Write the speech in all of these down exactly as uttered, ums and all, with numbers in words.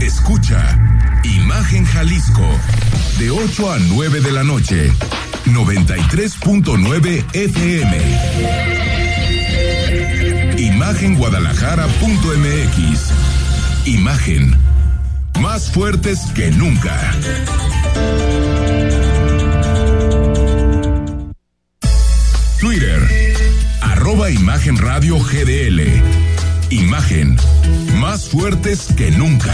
Escucha Imagen Jalisco de ocho a nueve de la noche, noventa y tres punto nueve F M. Imagen Guadalajara punto M X. Imagen, más fuertes que nunca. Twitter, arroba Imagen Radio G D L. Imagen, más fuertes que nunca.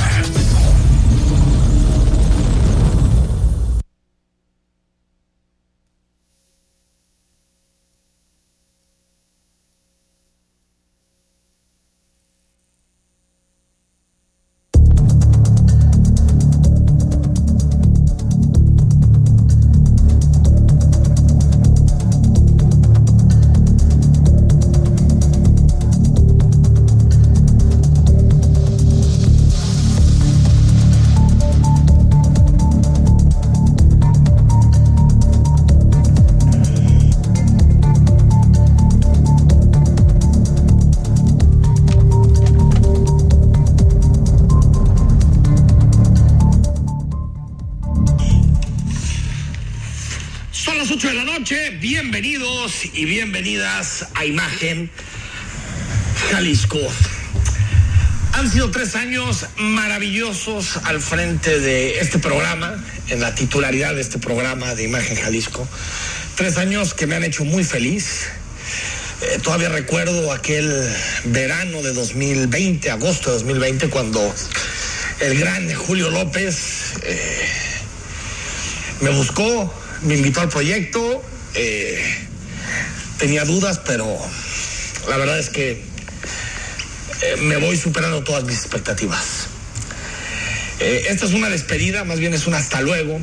Bienvenidos y bienvenidas a Imagen Jalisco. Han sido tres años maravillosos al frente de este programa, en la titularidad de este programa de Imagen Jalisco. Tres años que me han hecho muy feliz. Eh, todavía recuerdo aquel verano de dos mil veinte, agosto de dos mil veinte, cuando el gran Julio López eh, me buscó, me invitó al proyecto. Eh, tenía dudas, pero la verdad es que eh, me voy superando todas mis expectativas. Eh, esta es una despedida, más bien es un hasta luego,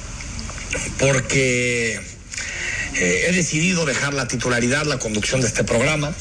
porque eh, he decidido dejar la titularidad, la conducción de este programa,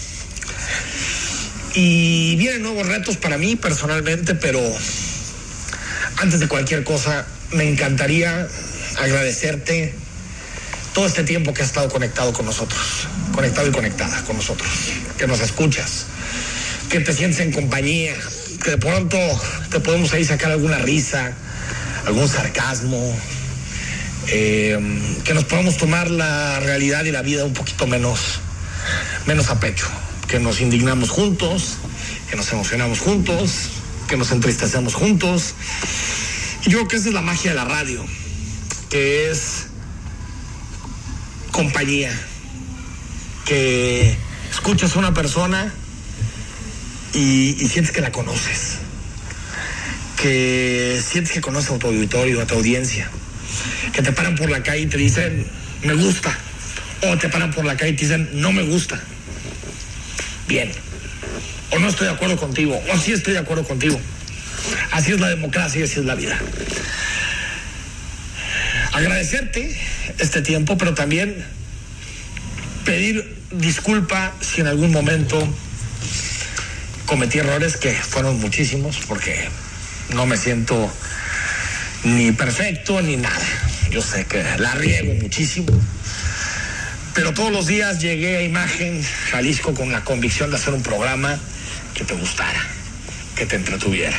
y vienen nuevos retos para mí personalmente, pero antes de cualquier cosa me encantaría agradecerte todo este tiempo que has estado conectado con nosotros, conectado y conectada con nosotros, que nos escuchas, que te sientes en compañía, que de pronto te podemos ahí sacar alguna risa, algún sarcasmo, eh, que nos podamos tomar la realidad y la vida un poquito menos, menos a pecho, que nos indignamos juntos, que nos emocionamos juntos, que nos entristecemos juntos. Y yo creo que esa es la magia de la radio, que es compañía, que escuchas a una persona y, y sientes que la conoces, que sientes que conoces a tu auditorio, a tu audiencia, que te paran por la calle y te dicen me gusta, o te paran por la calle y te dicen no me gusta, bien, o no estoy de acuerdo contigo, o sí estoy de acuerdo contigo. Así es la democracia y así es la vida. Agradecerte este tiempo, pero también pedir disculpa si en algún momento cometí errores, que fueron muchísimos, porque no me siento ni perfecto ni nada. Yo sé que la riego muchísimo, pero todos los días llegué a Imagen Jalisco con la convicción de hacer un programa que te gustara, que te entretuviera,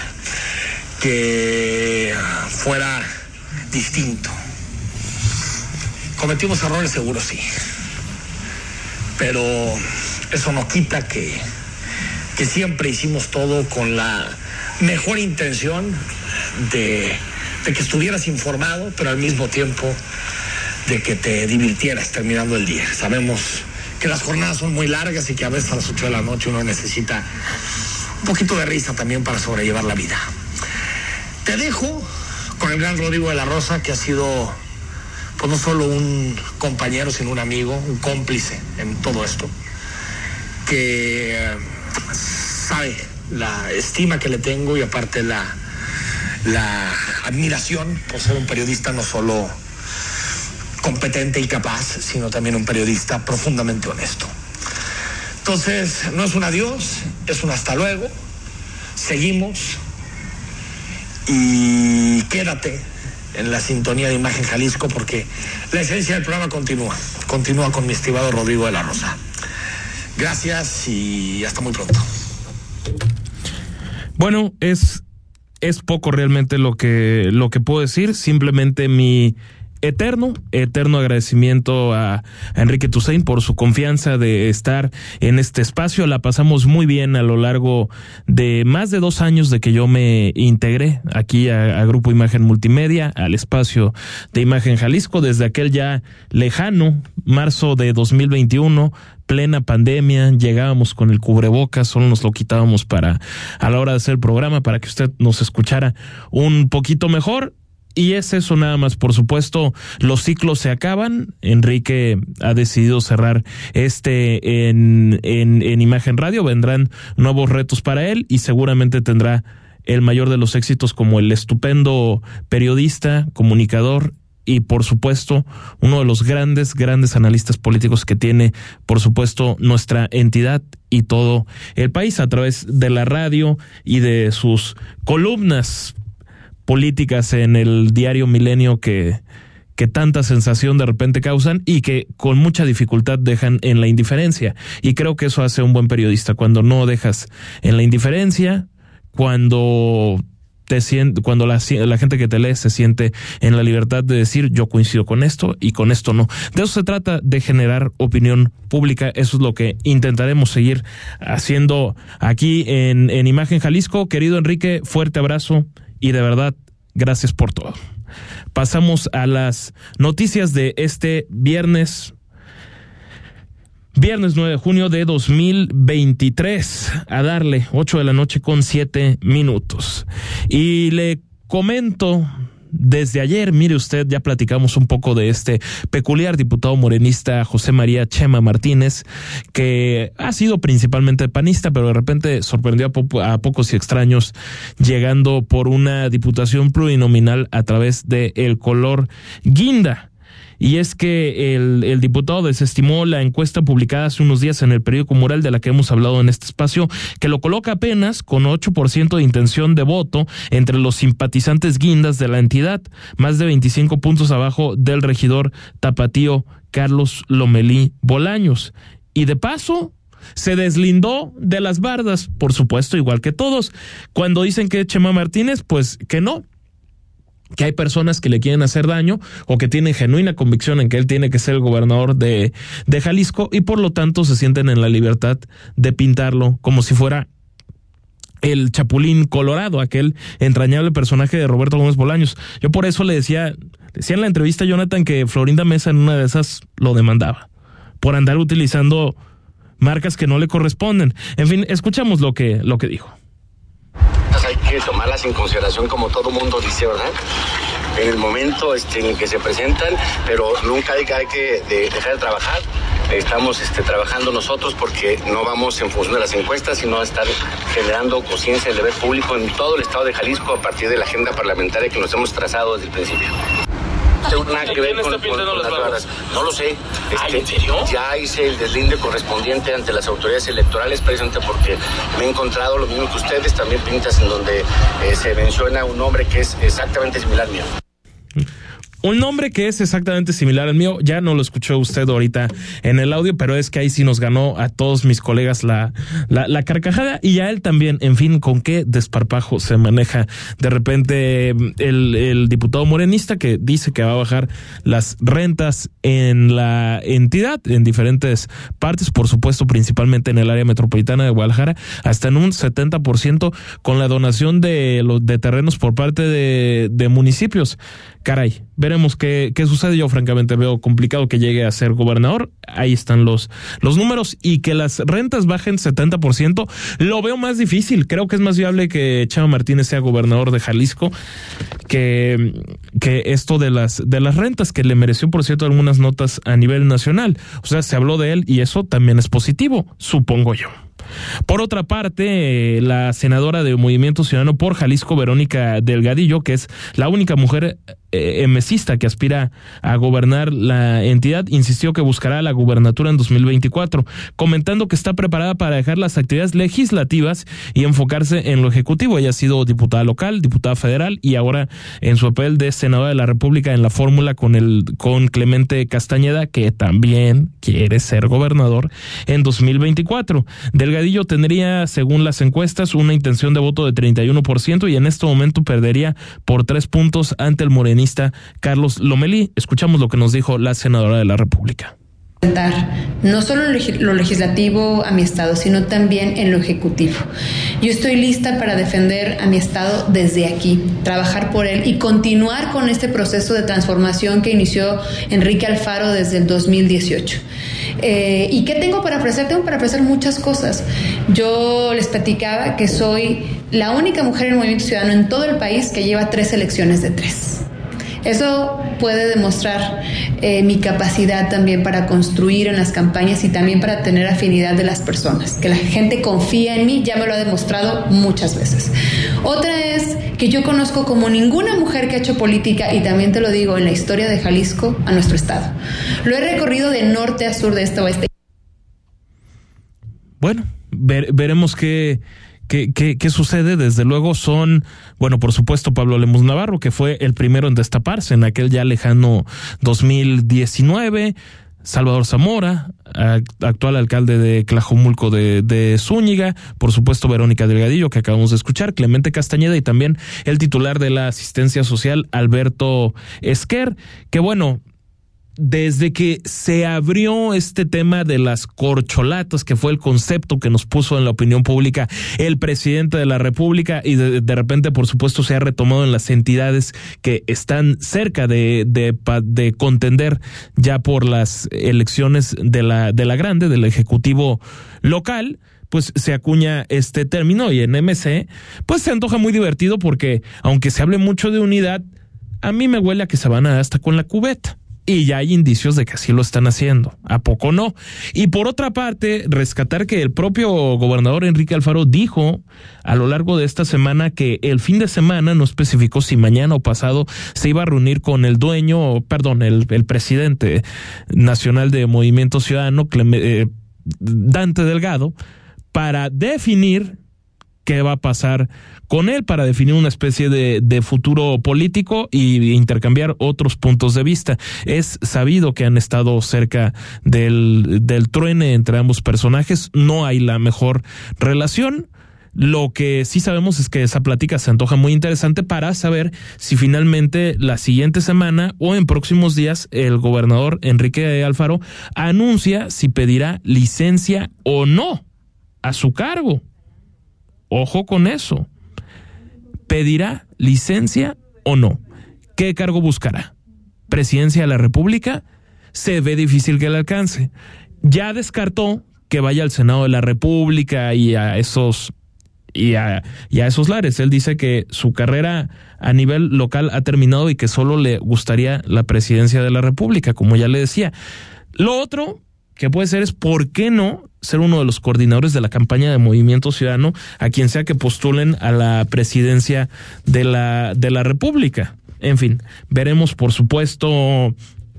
que fuera distinto. Cometimos errores, seguro sí, pero eso no quita que, que siempre hicimos todo con la mejor intención de, de que estuvieras informado, pero al mismo tiempo de que te divirtieras terminando el día. Sabemos que las jornadas son muy largas y que a veces a las ocho de la noche uno necesita un poquito de risa también para sobrellevar la vida. Te dejo con el gran Rodrigo de la Rosa, que ha sido pues no solo un compañero, sino un amigo, un cómplice en todo esto, que eh, sabe la estima que le tengo y aparte la, la admiración por ser un periodista no solo competente y capaz, sino también un periodista profundamente honesto. Entonces, no es un adiós, es un hasta luego, seguimos y quédate en la sintonía de Imagen Jalisco, porque la esencia del programa continúa, continúa con mi estimado Rodrigo de la Rosa. Gracias y hasta muy pronto. Bueno, es es poco realmente lo que, lo que puedo decir, simplemente mi eterno, eterno agradecimiento a, a Enrique Tusain por su confianza de estar en este espacio. La pasamos muy bien a lo largo de más de dos años de que yo me integré aquí a, a Grupo Imagen Multimedia, al espacio de Imagen Jalisco, desde aquel ya lejano marzo de dos mil veintiuno, plena pandemia, llegábamos con el cubrebocas, solo nos lo quitábamos para a la hora de hacer el programa, para que usted nos escuchara un poquito mejor. Y es eso nada más. Por supuesto, los ciclos se acaban. Enrique ha decidido cerrar este en, en, en Imagen Radio. Vendrán nuevos retos para él y seguramente tendrá el mayor de los éxitos como el estupendo periodista, comunicador y, por supuesto, uno de los grandes, grandes analistas políticos que tiene, por supuesto, nuestra entidad y todo el país a través de la radio y de sus columnas políticas en el diario Milenio que, que tanta sensación de repente causan y que con mucha dificultad dejan en la indiferencia. Y creo que eso hace un buen periodista, cuando no dejas en la indiferencia, cuando te siente, cuando la, la gente que te lee se siente en la libertad de decir yo coincido con esto y con esto no. De eso se trata, de generar opinión pública. Eso es lo que intentaremos seguir haciendo aquí en, en Imagen Jalisco. Querido Enrique, fuerte abrazo. Y de verdad, gracias por todo. Pasamos a las noticias de este viernes, viernes nueve de junio de dos mil veintitrés. A darle, ocho de la noche con siete minutos. Y le comento desde ayer, mire usted, ya platicamos un poco de este peculiar diputado morenista José María Chema Martínez, que ha sido principalmente panista, pero de repente sorprendió a, po- a pocos y extraños llegando por una diputación plurinominal a través de el color guinda. Y es que el, el diputado desestimó la encuesta publicada hace unos días en el periódico Mural, de la que hemos hablado en este espacio, que lo coloca apenas con ocho por ciento de intención de voto entre los simpatizantes guindas de la entidad, más de veinticinco puntos abajo del regidor tapatío Carlos Lomelí Bolaños. Y de paso, se deslindó de las bardas, por supuesto, igual que todos. Cuando dicen que es Chema Martínez, pues que no, que hay personas que le quieren hacer daño o que tienen genuina convicción en que él tiene que ser el gobernador de, de Jalisco y por lo tanto se sienten en la libertad de pintarlo como si fuera el Chapulín Colorado, aquel entrañable personaje de Roberto Gómez Bolaños. Yo por eso le decía, decía en la entrevista a Jonathan que Florinda Mesa en una de esas lo demandaba por andar utilizando marcas que no le corresponden. En fin, escuchamos lo que, lo que dijo. Hay que tomarlas en consideración, como todo mundo dice, ¿verdad? En el momento este, en el que se presentan, pero nunca hay, hay que de, dejar de trabajar. Estamos este, trabajando nosotros porque no vamos en función de las encuestas, sino estar generando conciencia del deber público en todo el estado de Jalisco a partir de la agenda parlamentaria que nos hemos trazado desde el principio. Nada que ver con, con, con las barras. No lo sé. Este, ¿Ay, en serio? Ya hice el deslinde correspondiente ante las autoridades electorales, precisamente porque me he encontrado lo mismo que ustedes, también pintas en donde eh, se menciona un nombre que es exactamente similar al mío. Un nombre que es exactamente similar al mío, ya no lo escuchó usted ahorita en el audio, pero es que ahí sí nos ganó a todos mis colegas la, la, la carcajada y a él también. En fin, con qué desparpajo se maneja de repente el, el diputado morenista que dice que va a bajar las rentas en la entidad, en diferentes partes, por supuesto, principalmente en el área metropolitana de Guadalajara, hasta en un setenta por ciento con la donación de, los, de terrenos por parte de, de municipios. Caray, veremos qué, qué sucede. Yo francamente veo complicado que llegue a ser gobernador. Ahí están los, los números, y que las rentas bajen setenta por ciento, lo veo más difícil. Creo que es más viable que Chema Martínez sea gobernador de Jalisco que, que esto de las, de las rentas, que le mereció, por cierto, algunas notas a nivel nacional. O sea, se habló de él y eso también es positivo, supongo yo. Por otra parte, la senadora de Movimiento Ciudadano por Jalisco, Verónica Delgadillo, que es la única mujer eh, emesista que aspira a gobernar la entidad, insistió que buscará la gubernatura en dos mil veinticuatro, comentando que está preparada para dejar las actividades legislativas y enfocarse en lo ejecutivo. Ella ha sido diputada local, diputada federal y ahora en su papel de senadora de la República en la fórmula con el con Clemente Castañeda, que también quiere ser gobernador en dos mil veinticuatro. Delgadillo tendría, según las encuestas, una intención de voto de treinta y uno por ciento y en este momento perdería por tres puntos ante el morenista Carlos Lomelí. Escuchamos lo que nos dijo la senadora de la República. No solo en lo legislativo a mi estado, sino también en lo ejecutivo. Yo estoy lista para defender a mi estado desde aquí, trabajar por él y continuar con este proceso de transformación que inició Enrique Alfaro desde el dos mil dieciocho. Eh, ¿Y qué tengo para ofrecer? Tengo para ofrecer muchas cosas. Yo les platicaba que soy la única mujer en el Movimiento Ciudadano en todo el país que lleva tres elecciones de tres. Eso puede demostrar eh, mi capacidad también para construir en las campañas y también para tener afinidad de las personas. Que la gente confía en mí, ya me lo ha demostrado muchas veces. Otra es que yo conozco como ninguna mujer que ha hecho política, y también te lo digo, en la historia de Jalisco, a nuestro estado. Lo he recorrido de norte a sur, de este a oeste. Bueno, ver, veremos qué... ¿Qué, qué, ¿Qué sucede? Desde luego son, bueno, por supuesto, Pablo Lemus Navarro, que fue el primero en destaparse en aquel ya lejano dos mil diecinueve, Salvador Zamora, actual alcalde de Tlajomulco de, de Zúñiga, por supuesto Verónica Delgadillo, que acabamos de escuchar, Clemente Castañeda y también el titular de la asistencia social, Alberto Esquer, que bueno, desde que se abrió este tema de las corcholatas, que fue el concepto que nos puso en la opinión pública el presidente de la República, y de, de repente, por supuesto, se ha retomado en las entidades que están cerca de, de, de contender ya por las elecciones de la, de la grande, del Ejecutivo local, pues se acuña este término, y en M C, pues se antoja muy divertido porque, aunque se hable mucho de unidad, a mí me huele a que se van a dar hasta con la cubeta. Y ya hay indicios de que así lo están haciendo. ¿A poco no? Y por otra parte, rescatar que el propio gobernador Enrique Alfaro dijo a lo largo de esta semana que el fin de semana, no especificó si mañana o pasado, se iba a reunir con el dueño, perdón, el, el presidente nacional de Movimiento Ciudadano, Clem- eh, Dante Delgado, para definir qué va a pasar con él, para definir una especie de, de futuro político y intercambiar otros puntos de vista. Es sabido que han estado cerca del, del truene entre ambos personajes, no hay la mejor relación. Lo que sí sabemos es que esa plática se antoja muy interesante para saber si finalmente la siguiente semana o en próximos días el gobernador Enrique Alfaro anuncia si pedirá licencia o no a su cargo. Ojo con eso. ¿Pedirá licencia o no? ¿Qué cargo buscará? ¿Presidencia de la República? Se ve difícil que le alcance. Ya descartó que vaya al Senado de la República y a esos y a, y a esos lares. Él dice que su carrera a nivel local ha terminado y que solo le gustaría la presidencia de la República, como ya le decía. Lo otro que puede ser es, ¿por qué no ser uno de los coordinadores de la campaña de Movimiento Ciudadano a quien sea que postulen a la presidencia de la, de la República? En fin, veremos, por supuesto,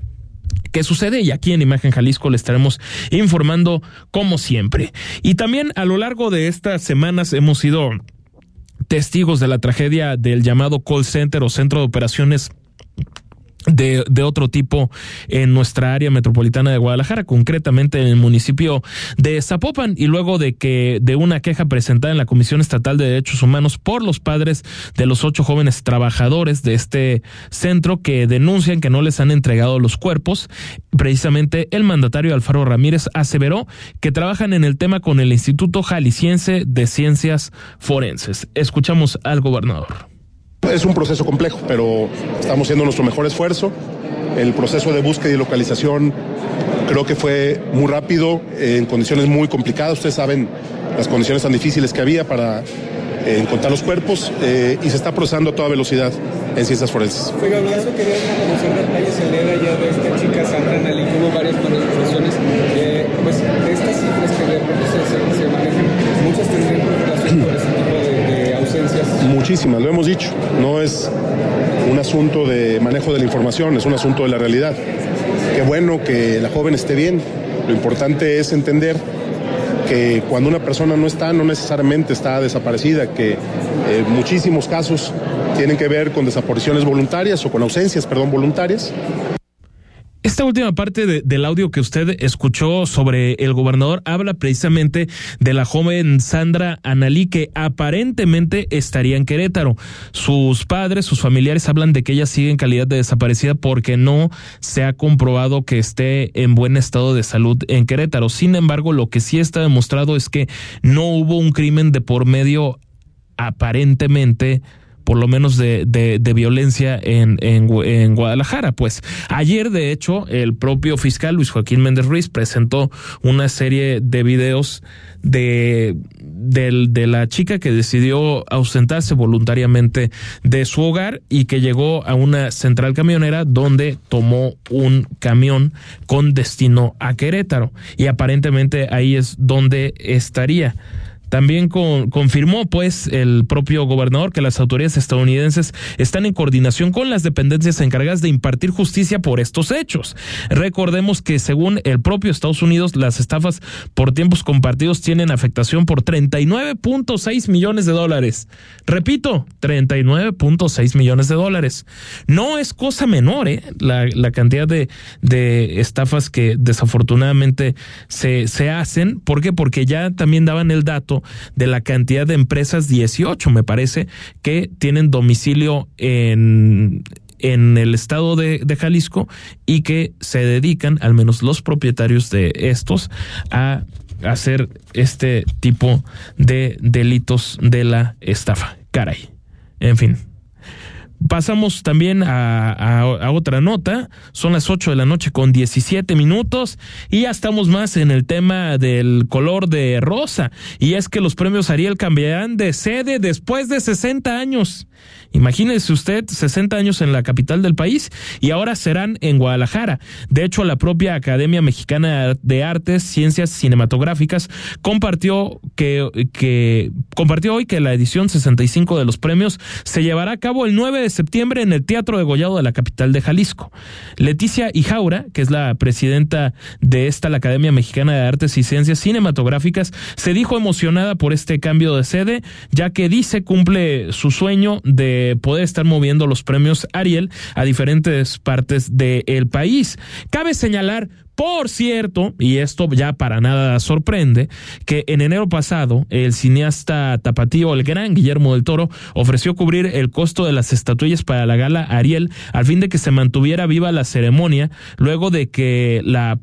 qué sucede, y aquí en Imagen Jalisco le estaremos informando como siempre. Y también a lo largo de estas semanas hemos sido testigos de la tragedia del llamado call center o centro de operaciones de, de otro tipo en nuestra área metropolitana de Guadalajara, concretamente en el municipio de Zapopan, y luego de que de una queja presentada en la Comisión Estatal de Derechos Humanos por los padres de los ocho jóvenes trabajadores de este centro que denuncian que no les han entregado los cuerpos, precisamente el mandatario Alfaro Ramírez aseveró que trabajan en el tema con el Instituto Jalisciense de Ciencias Forenses. Escuchamos al gobernador. Es un proceso complejo, pero estamos haciendo nuestro mejor esfuerzo. El proceso de búsqueda y localización creo que fue muy rápido, eh, en condiciones muy complicadas. Ustedes saben las condiciones tan difíciles que había para eh, encontrar los cuerpos, eh, y se está procesando a toda velocidad en ciencias forenses. Oiga, ¿acaso quería conocer detalles el día de ayer de esta chica Sandra Nali? Hubo varias manifestaciones. Eh, pues de estas cifras que de repente se, se manejan, muchas tendrían relación con ese tipo de, de ausencia muchas. Muchísimas, lo hemos dicho. No es un asunto de manejo de la información, es un asunto de la realidad. Qué bueno que la joven esté bien. Lo importante es entender que cuando una persona no está, no necesariamente está desaparecida, que eh, muchísimos casos tienen que ver con desapariciones voluntarias o con ausencias, perdón, voluntarias. Esta última parte de, del audio que usted escuchó sobre el gobernador habla precisamente de la joven Sandra Analí, que aparentemente estaría en Querétaro. Sus padres, sus familiares hablan de que ella sigue en calidad de desaparecida porque no se ha comprobado que esté en buen estado de salud en Querétaro. Sin embargo, lo que sí está demostrado es que no hubo un crimen de por medio, aparentemente, por lo menos de, de, de violencia en, en, en Guadalajara. Pues ayer, de hecho, el propio fiscal Luis Joaquín Méndez Ruiz presentó una serie de videos de, de, de la chica que decidió ausentarse voluntariamente de su hogar y que llegó a una central camionera donde tomó un camión con destino a Querétaro, y aparentemente ahí es donde estaría. También con, confirmó pues el propio gobernador que las autoridades estadounidenses están en coordinación con las dependencias encargadas de impartir justicia por estos hechos. Recordemos que según el propio Estados Unidos, las estafas por tiempos compartidos tienen afectación por treinta y nueve punto seis millones de dólares. Repito, treinta y nueve punto seis millones de dólares. No es cosa menor, ¿eh? La, la cantidad de, de estafas que desafortunadamente se, se hacen. ¿Por qué? Porque ya también daban el dato de la cantidad de empresas, dieciocho me parece, que tienen domicilio en, en el estado de, de Jalisco y que se dedican, al menos los propietarios de estos, a hacer este tipo de delitos de la estafa. Caray. En fin. Pasamos también a, a, a otra nota. Son las ocho de la noche con diecisiete minutos y ya estamos más en el tema del color de rosa. Y es que los premios Ariel cambiarán de sede después de sesenta años. Imagínese usted, sesenta años en la capital del país y ahora serán en Guadalajara. De hecho, la propia Academia Mexicana de Artes, Ciencias Cinematográficas compartió que, que compartió hoy que la edición sesenta y cinco de los premios se llevará a cabo el nueve de septiembre en el Teatro Degollado de la capital de Jalisco. Leticia Ijaura, que es la presidenta de esta, la Academia Mexicana de Artes y Ciencias Cinematográficas, se dijo emocionada por este cambio de sede, ya que dice cumple su sueño de poder estar moviendo los premios Ariel a diferentes partes del país. Cabe señalar, por cierto, y esto ya para nada sorprende, que en enero pasado el cineasta tapatío, el gran Guillermo del Toro, ofreció cubrir el costo de las estatuillas para la gala Ariel al fin de que se mantuviera viva la ceremonia, luego de que la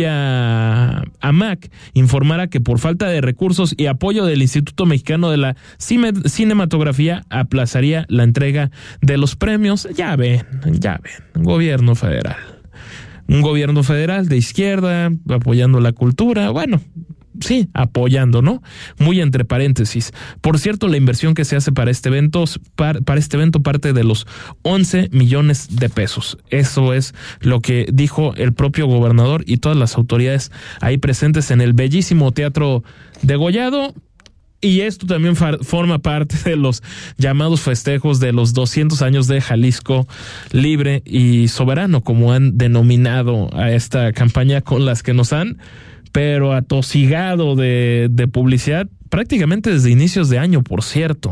propia AMAC informara que por falta de recursos y apoyo del Instituto Mexicano de la Cinematografía aplazaría la entrega de los premios. Ya ven, ya ven, gobierno federal. Un gobierno federal de izquierda, apoyando la cultura, bueno, sí, apoyando, ¿no? Muy entre paréntesis. Por cierto, la inversión que se hace para este evento, para, para este evento parte de los once millones de pesos. Eso es lo que dijo el propio gobernador y todas las autoridades ahí presentes en el bellísimo Teatro Degollado. Y esto también fa- forma parte de los llamados festejos de los doscientos años de Jalisco libre y soberano, como han denominado a esta campaña con las que nos han, pero atosigado de, de publicidad prácticamente desde inicios de año, por cierto.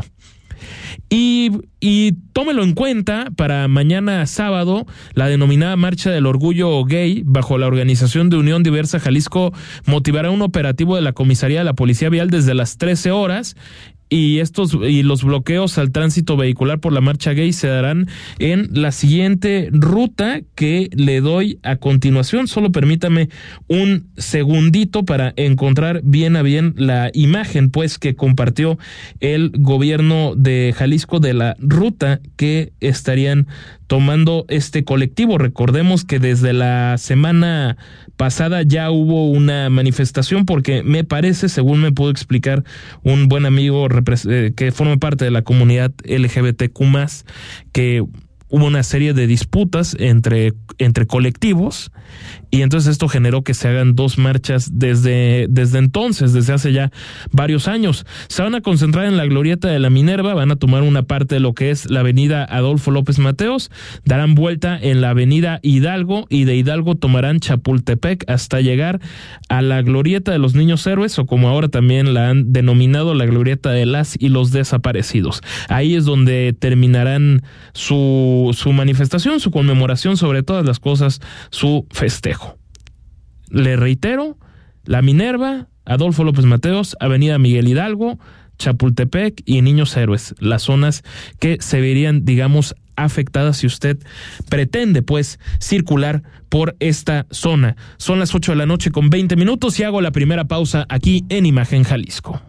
Y, y tómelo en cuenta para mañana sábado, la denominada Marcha del Orgullo Gay, bajo la organización de Unión Diversa Jalisco, motivará un operativo de la Comisaría de la Policía Vial desde las trece horas. Y estos y los bloqueos al tránsito vehicular por la marcha gay se darán en la siguiente ruta que le doy a continuación. Solo permítame un segundito para encontrar bien a bien la imagen, pues, que compartió el gobierno de Jalisco de la ruta que estarían tomando este colectivo. Recordemos que desde la semana pasada ya hubo una manifestación porque me parece, según me pudo explicar un buen amigo que forma parte de la comunidad L G B T Q más, que hubo una serie de disputas entre, entre colectivos, y entonces esto generó que se hagan dos marchas desde, desde entonces, desde hace ya varios años. Se van a concentrar en la glorieta de la Minerva, van a tomar una parte de lo que es la avenida Adolfo López Mateos, darán vuelta en la avenida Hidalgo, y de Hidalgo tomarán Chapultepec hasta llegar a la glorieta de los Niños Héroes, o como ahora también la han denominado, la glorieta de las y los desaparecidos. Ahí es donde terminarán su, su manifestación, su conmemoración, sobre todas las cosas, su festejo. Le reitero, la Minerva, Adolfo López Mateos, avenida Miguel Hidalgo, Chapultepec y Niños Héroes, las zonas que se verían, digamos, afectadas si usted pretende, pues, circular por esta zona. Son las ocho de la noche con veinte minutos y hago la primera pausa aquí en Imagen Jalisco.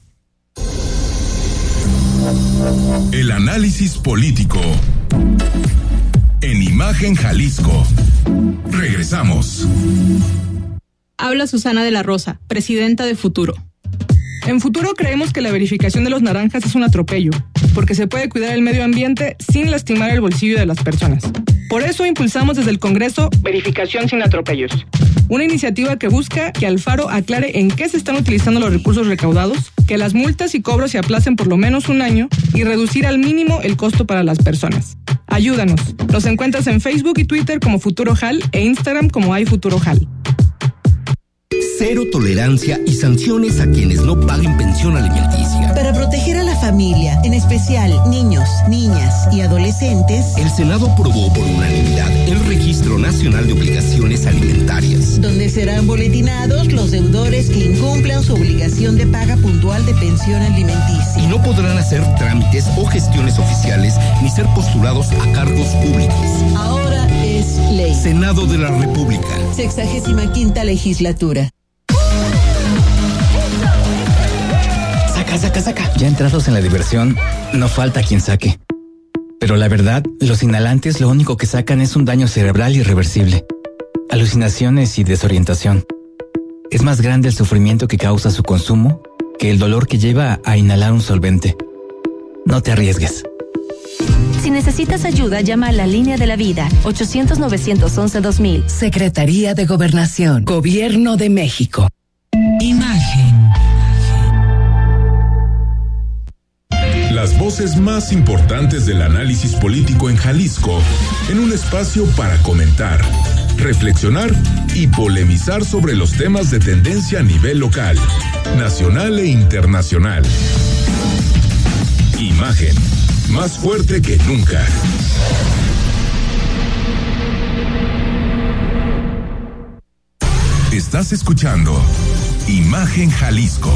El análisis político en Imagen Jalisco. Regresamos. Habla Susana de la Rosa, presidenta de Futuro. En Futuro creemos que la verificación de los naranjas es un atropello, porque se puede cuidar el medio ambiente sin lastimar el bolsillo de las personas. Por eso impulsamos desde el Congreso Verificación sin atropellos, una iniciativa que busca que Alfaro aclare en qué se están utilizando los recursos recaudados, que las multas y cobros se aplacen por lo menos un año y reducir al mínimo el costo para las personas. Ayúdanos. Nos encuentras en Facebook y Twitter como Futuro Jal e Instagram como Hay Futuro Jal. Cero tolerancia y sanciones a quienes no paguen pensión alimenticia. Para proteger a la familia, en especial niños, niñas y adolescentes, el Senado aprobó por unanimidad el Registro Nacional de Obligaciones Alimentarias, donde serán boletinados los deudores que incumplan su obligación de paga puntual de pensión alimenticia. Y no podrán hacer trámites o gestiones oficiales ni ser postulados a cargos públicos. Ahora es ley. Senado de la República. Sexagésima quinta legislatura. Saca, saca, saca. Ya entrados en la diversión, no falta quien saque. Pero la verdad, los inhalantes lo único que sacan es un daño cerebral irreversible, alucinaciones y desorientación. Es más grande el sufrimiento que causa su consumo que el dolor que lleva a inhalar un solvente. No te arriesgues. Si necesitas ayuda, llama a la Línea de la Vida, ochocientos, novecientos once, dos mil. Secretaría de Gobernación, Gobierno de México. Imagen. Las voces más importantes del análisis político en Jalisco, en un espacio para comentar, reflexionar y polemizar sobre los temas de tendencia a nivel local, nacional e internacional. Imagen, más fuerte que nunca. Estás escuchando Imagen Jalisco.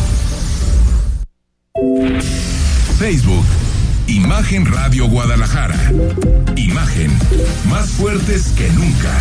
Facebook, Imagen Radio Guadalajara. Imagen, más fuertes que nunca.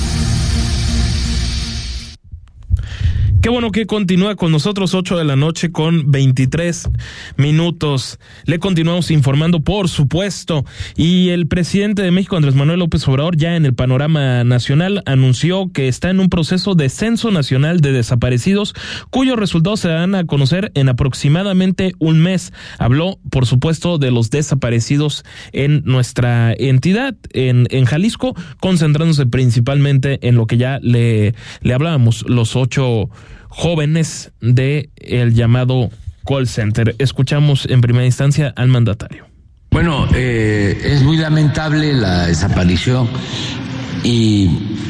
Qué bueno que continúa con nosotros, ocho de la noche con veintitrés minutos. Le continuamos informando, por supuesto. Y el presidente de México, Andrés Manuel López Obrador, ya en el panorama nacional, anunció que está en un proceso de censo nacional de desaparecidos, cuyos resultados se dan a conocer en aproximadamente un mes. Habló, por supuesto, de los desaparecidos en nuestra entidad, en, en Jalisco, concentrándose principalmente en lo que ya le, le hablábamos, los ocho jóvenes de el llamado call center. Escuchamos en primera instancia al mandatario. Bueno, eh, es muy lamentable la desaparición y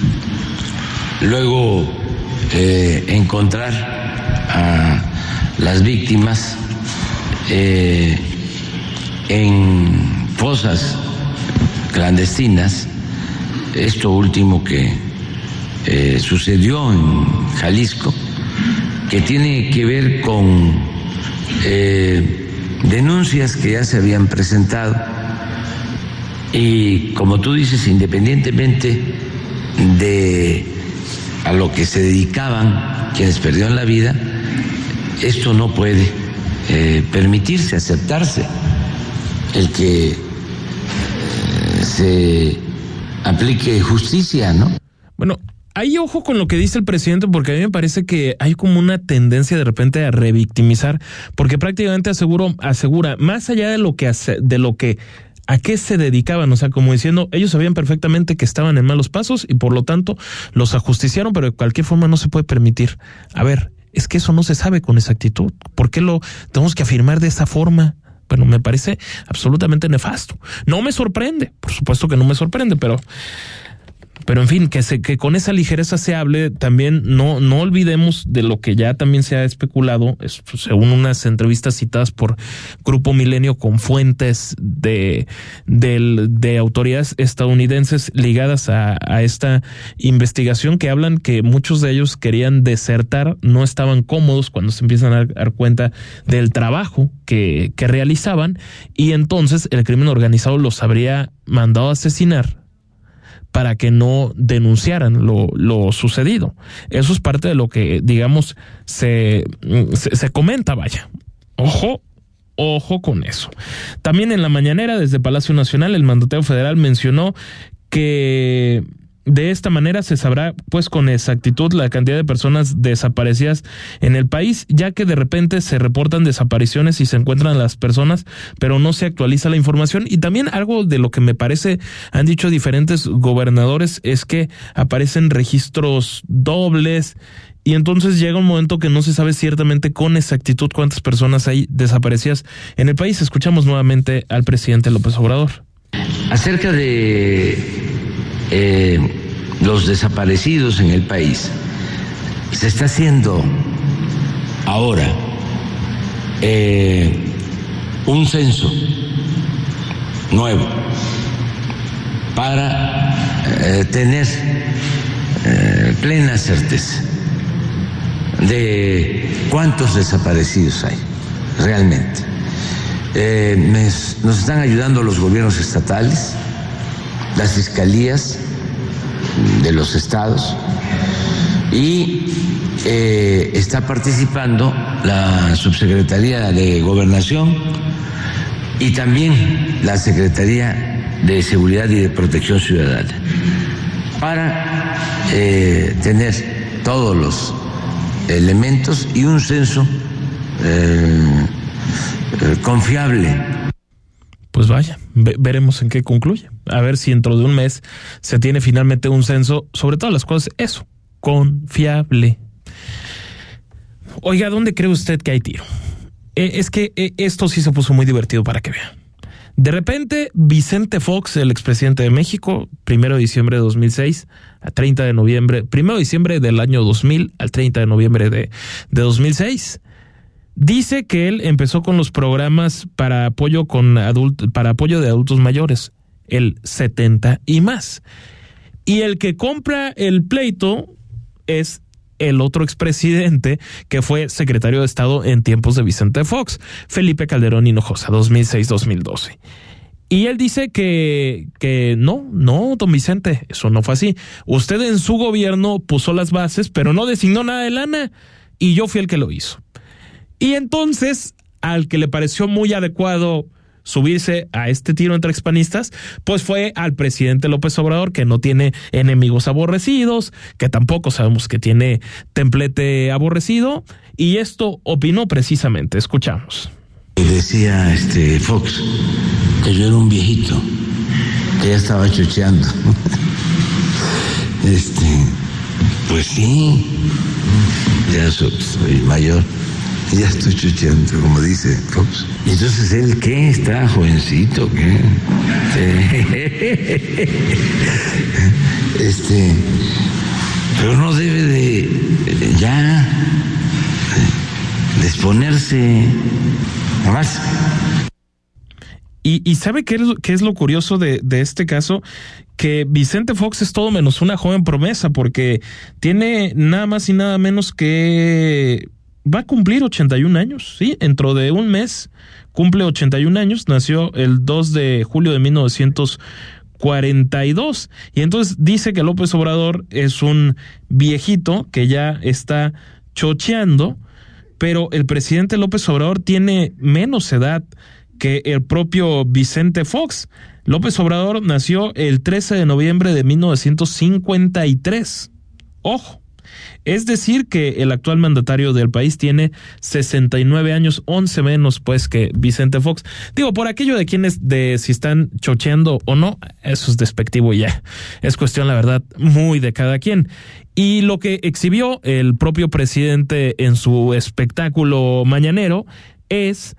luego eh, encontrar a las víctimas eh, en fosas clandestinas. Esto último que eh, sucedió en Jalisco, que tiene que ver con eh, denuncias que ya se habían presentado y, como tú dices, independientemente de a lo que se dedicaban quienes perdieron la vida, esto no puede eh, permitirse, aceptarse el que eh, se aplique justicia, ¿no? Bueno, ahí ojo con lo que dice el presidente, porque a mí me parece que hay como una tendencia de repente a revictimizar, porque prácticamente aseguro, asegura, más allá de lo que hace, de lo que ¿A qué se dedicaban? O sea, como diciendo, ellos sabían perfectamente que estaban en malos pasos y por lo tanto los ajusticiaron, pero de cualquier forma no se puede permitir. A ver, es que eso no se sabe con exactitud. ¿Por qué lo tenemos que afirmar de esa forma? Bueno, me parece absolutamente nefasto. No me sorprende, por supuesto que no me sorprende, pero... Pero en fin, que se, que con esa ligereza se hable, también no, no olvidemos de lo que ya también se ha especulado, es, según unas entrevistas citadas por Grupo Milenio con fuentes de, de, de autoridades estadounidenses ligadas a, a esta investigación, que hablan que muchos de ellos querían desertar, no estaban cómodos cuando se empiezan a dar cuenta del trabajo que, que realizaban, y entonces el crimen organizado los habría mandado a asesinar para que no denunciaran lo, lo sucedido. Eso es parte de lo que, digamos, se, se, se comenta, vaya. Ojo, ojo con eso. También en la mañanera, desde Palacio Nacional, el mandatario federal mencionó que de esta manera se sabrá, pues, con exactitud la cantidad de personas desaparecidas en el país, ya que de repente se reportan desapariciones y se encuentran las personas, pero no se actualiza la información. Y también algo de lo que me parece han dicho diferentes gobernadores es que aparecen registros dobles y entonces llega un momento que no se sabe ciertamente con exactitud cuántas personas hay desaparecidas en el país. Escuchamos nuevamente al presidente López Obrador. Acerca de Eh, los desaparecidos en el país, se está haciendo ahora eh, un censo nuevo para eh, tener eh, plena certeza de cuántos desaparecidos hay realmente. Eh, mes, nos están ayudando los gobiernos estatales, las fiscalías de los estados y eh, está participando la Subsecretaría de Gobernación y también la Secretaría de Seguridad y de Protección Ciudadana para eh, tener todos los elementos y un censo eh, eh, confiable. Pues vaya, ve- veremos en qué concluye. A ver si dentro de un mes se tiene finalmente un censo, sobre todas las cosas, eso, confiable. Oiga, ¿dónde cree usted que hay tiro? Eh, es que eh, esto sí se puso muy divertido para que vea. De repente, Vicente Fox, el expresidente de México, primero de diciembre de dos mil seis a treinta de noviembre, primero de diciembre del año dos mil al treinta de noviembre de, de dos mil seis, dice que él empezó con los programas para apoyo con adult, para apoyo de adultos mayores, el setenta y más. Y el que compra el pleito es el otro expresidente que fue secretario de Estado en tiempos de Vicente Fox, Felipe Calderón Hinojosa, dos mil seis a dos mil doce. Y él dice que, que no, no, don Vicente, eso no fue así. Usted en su gobierno puso las bases, pero no designó nada de lana, y yo fui el que lo hizo. Y entonces, al que le pareció muy adecuado subirse a este tiro entre expanistas, pues fue al presidente López Obrador, que no tiene enemigos aborrecidos, que tampoco sabemos que tiene templete aborrecido, y esto opinó precisamente. Escuchamos. Decía este Fox que yo era un viejito, que ya estaba chocheando. Este, pues sí, ya soy, soy mayor. Ya estoy chucheando, como dice Fox. ¿Y entonces él qué? ¿Está jovencito? ¿Qué? Este, pero no debe de ya de exponerse más. Y, y ¿sabe qué es, qué es lo curioso de, de este caso? Que Vicente Fox es todo menos una joven promesa, porque tiene nada más y nada menos que... va a cumplir ochenta y un años, ¿sí? Dentro de un mes cumple ochenta y un años, nació el dos de julio de mil novecientos cuarenta y dos. Y entonces dice que López Obrador es un viejito que ya está chocheando, pero el presidente López Obrador tiene menos edad que el propio Vicente Fox. López Obrador nació el trece de noviembre de mil novecientos cincuenta y tres. Ojo. Es decir, que el actual mandatario del país tiene sesenta y nueve años, once menos pues que Vicente Fox. Digo, por aquello de quienes, de si están chocheando o no, eso es despectivo y ya. Es cuestión, la verdad, muy de cada quien. Y lo que exhibió el propio presidente en su espectáculo mañanero es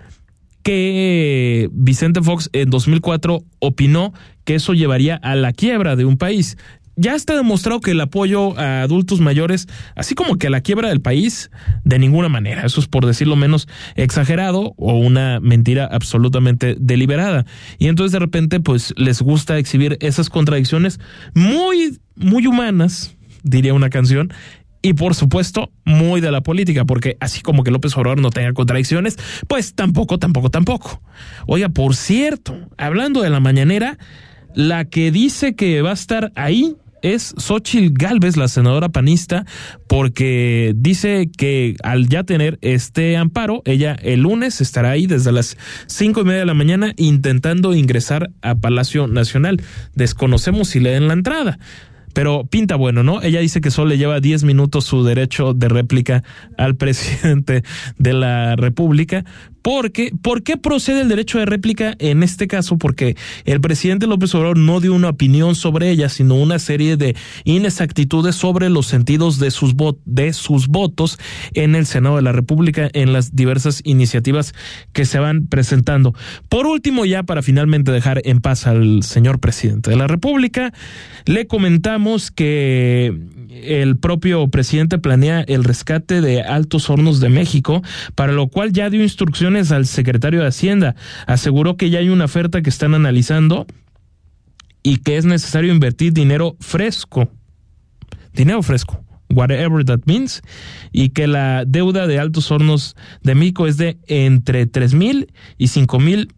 que Vicente Fox en dos mil cuatro opinó que eso llevaría a la quiebra de un país. Ya está demostrado que el apoyo a adultos mayores, así como que a la quiebra del país, de ninguna manera. Eso es, por decirlo menos, exagerado o una mentira absolutamente deliberada. Y entonces de repente pues les gusta exhibir esas contradicciones muy, muy humanas, diría una canción, y por supuesto muy de la política, porque así como que López Obrador no tenga contradicciones, pues tampoco, tampoco, tampoco. Oiga, por cierto, hablando de la mañanera, la que dice que va a estar ahí es Xóchitl Gálvez, la senadora panista, porque dice que al ya tener este amparo, ella el lunes estará ahí desde las cinco y media de la mañana intentando ingresar a Palacio Nacional. Desconocemos si le den la entrada, pero pinta bueno, ¿no? Ella dice que solo le lleva diez minutos su derecho de réplica al presidente de la República. Porque, ¿por qué procede el derecho de réplica en este caso? Porque el presidente López Obrador no dio una opinión sobre ella, sino una serie de inexactitudes sobre los sentidos de sus, vot- de sus votos en el Senado de la República, en las diversas iniciativas que se van presentando. Por último, ya para finalmente dejar en paz al señor presidente de la República, le comentamos que el propio presidente planea el rescate de Altos Hornos de México, para lo cual ya dio instrucciones al secretario de Hacienda. Aseguró que ya hay una oferta que están analizando y que es necesario invertir dinero fresco, dinero fresco, whatever that means, y que la deuda de Altos Hornos de México es de entre tres mil y cinco mil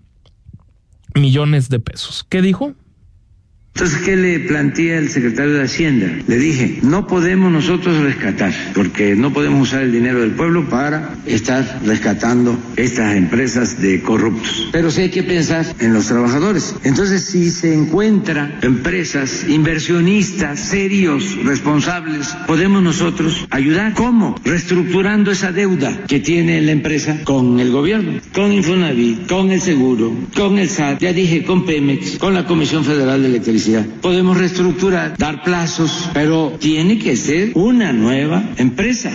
millones de pesos. ¿Qué dijo? Entonces, ¿qué le plantea el secretario de Hacienda? Le dije, no podemos nosotros rescatar, porque no podemos usar el dinero del pueblo para estar rescatando estas empresas de corruptos. Pero sí hay que pensar en los trabajadores. Entonces, si se encuentran empresas, inversionistas serios, responsables, podemos nosotros ayudar. ¿Cómo? Reestructurando esa deuda que tiene la empresa con el gobierno, con Infonavit, con el seguro, con el S A T, ya dije, con Pemex, con la Comisión Federal de Electricidad. Podemos reestructurar, dar plazos, pero tiene que ser una nueva empresa.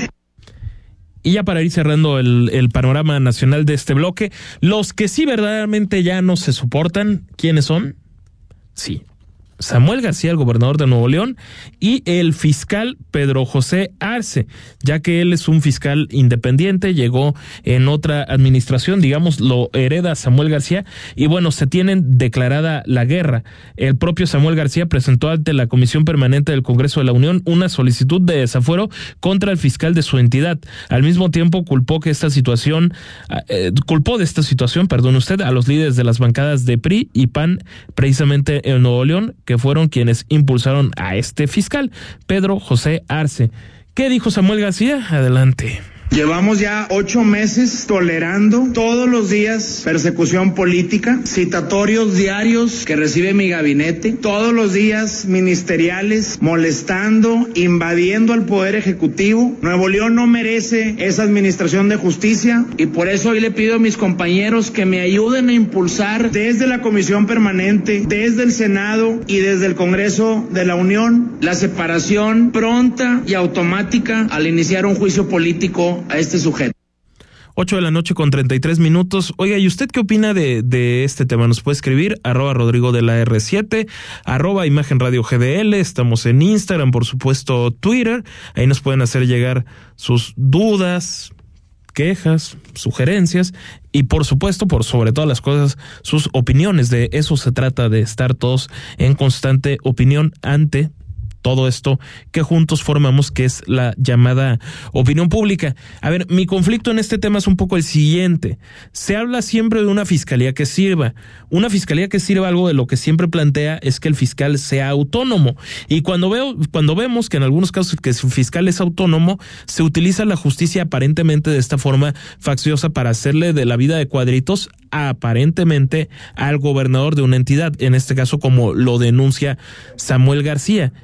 Y ya para ir cerrando el, el panorama nacional de este bloque, los que sí verdaderamente ya no se soportan, ¿quiénes son? Sí, Samuel García, el gobernador de Nuevo León, y el fiscal Pedro José Arce, ya que él es un fiscal independiente, llegó en otra administración, digamos, lo hereda Samuel García, y bueno, se tienen declarada la guerra. El propio Samuel García presentó ante la Comisión Permanente del Congreso de la Unión una solicitud de desafuero contra el fiscal de su entidad. Al mismo tiempo, culpó que esta situación, eh, culpó de esta situación, perdón usted, a los líderes de las bancadas de P R I y P A N, precisamente en Nuevo León, que fueron quienes impulsaron a este fiscal, Pedro José Arce. ¿Qué dijo Samuel García? Adelante. Llevamos ya ocho meses tolerando todos los días persecución política, citatorios diarios que recibe mi gabinete, todos los días ministeriales molestando, invadiendo al Poder Ejecutivo. Nuevo León no merece esa administración de justicia y por eso hoy le pido a mis compañeros que me ayuden a impulsar desde la Comisión Permanente, desde el Senado y desde el Congreso de la Unión la separación pronta y automática al iniciar un juicio político a este sujeto. ocho de la noche con treinta y tres minutos. Oiga, ¿y usted qué opina de, de este tema? Nos puede escribir, arroba Rodrigo de la R siete, arroba Imagen Radio G D L, estamos en Instagram, por supuesto, Twitter, ahí nos pueden hacer llegar sus dudas, quejas, sugerencias y por supuesto, por sobre todas las cosas, sus opiniones. De eso se trata, de estar todos en constante opinión ante todo esto que juntos formamos, que es la llamada opinión pública. A ver, mi conflicto en este tema es un poco el siguiente. Se habla siempre de una fiscalía que sirva. Una fiscalía que sirva, algo de lo que siempre plantea es que el fiscal sea autónomo. Y cuando veo, cuando vemos que en algunos casos que su fiscal es autónomo, se utiliza la justicia aparentemente de esta forma facciosa para hacerle de la vida de cuadritos aparentemente al gobernador de una entidad, en este caso como lo denuncia Samuel García.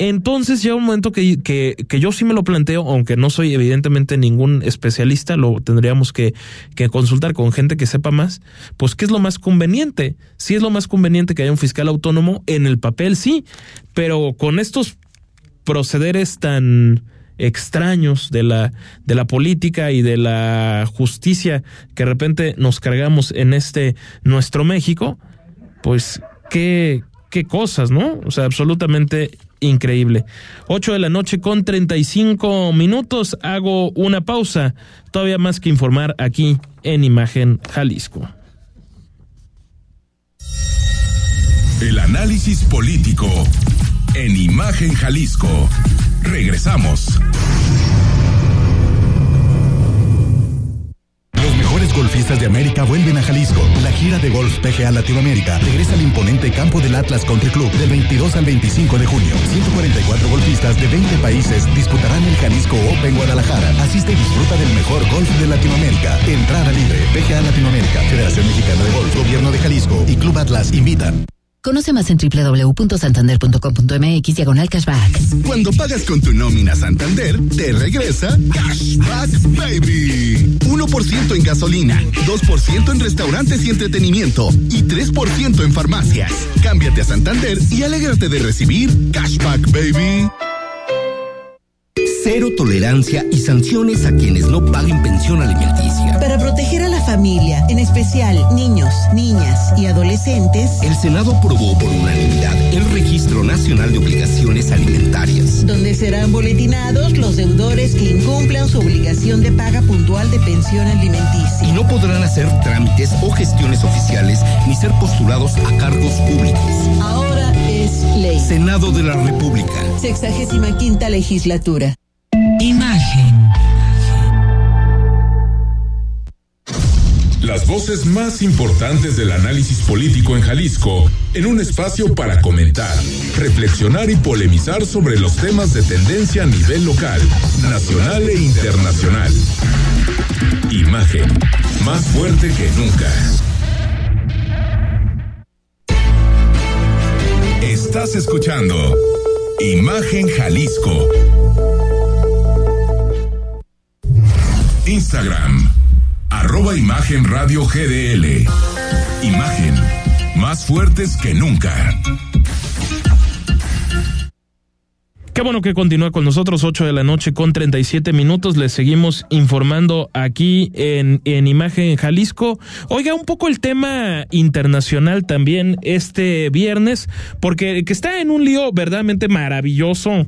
Entonces llega un momento que, que, que yo sí me lo planteo, aunque no soy evidentemente ningún especialista, lo tendríamos que, que consultar con gente que sepa más, pues ¿qué es lo más conveniente? Sí es lo más conveniente que haya un fiscal autónomo, en el papel sí, pero con estos procederes tan extraños de la, de la política y de la justicia que de repente nos cargamos en este nuestro México, pues qué, qué cosas, ¿no? O sea, absolutamente increíble. Ocho de la noche con treinta y cinco minutos. Hago una pausa. Todavía más que informar aquí en Imagen Jalisco. El análisis político en Imagen Jalisco. Regresamos. Los mejores golfistas de América vuelven a Jalisco. La gira de golf P G A Latinoamérica regresa al imponente campo del Atlas Country Club del veintidós al veinticinco de junio. ciento cuarenta y cuatro golfistas de veinte países disputarán el Jalisco Open Guadalajara. Asiste y disfruta del mejor golf de Latinoamérica. Entrada libre. P G A Latinoamérica, Federación Mexicana de Golf, Gobierno de Jalisco y Club Atlas invitan. Conoce más en doble u doble u doble u punto santander punto com punto m x diagonal cashback. Cuando pagas con tu nómina Santander, te regresa Cashback Baby. uno por ciento en gasolina, dos por ciento en restaurantes y entretenimiento y tres por ciento en farmacias. Cámbiate a Santander y alégrate de recibir Cashback Baby. Cero tolerancia y sanciones a quienes no paguen pensión alimenticia. Para proteger a la familia, en especial niños, niñas y adolescentes, el Senado aprobó por unanimidad el Registro Nacional de Obligaciones Alimentarias, donde serán boletinados los deudores que incumplan su obligación de paga puntual de pensión alimenticia. Y no podrán hacer trámites o gestiones oficiales ni ser postulados a cargos públicos. Ahora es ley. Senado de la República. Sexagésima quinta legislatura. Imagen. Las voces más importantes del análisis político en Jalisco, en un espacio para comentar, reflexionar y polemizar sobre los temas de tendencia a nivel local, nacional e internacional. Imagen, más fuerte que nunca. Estás escuchando Imagen Jalisco. Instagram, arroba Imagen Radio G D L. Imagen, más fuertes que nunca. Qué bueno que continúa con nosotros, ocho de la noche con treinta y siete minutos. Les seguimos informando aquí en, en Imagen Jalisco. Oiga, un poco el tema internacional también este viernes, porque que está en un lío verdaderamente maravilloso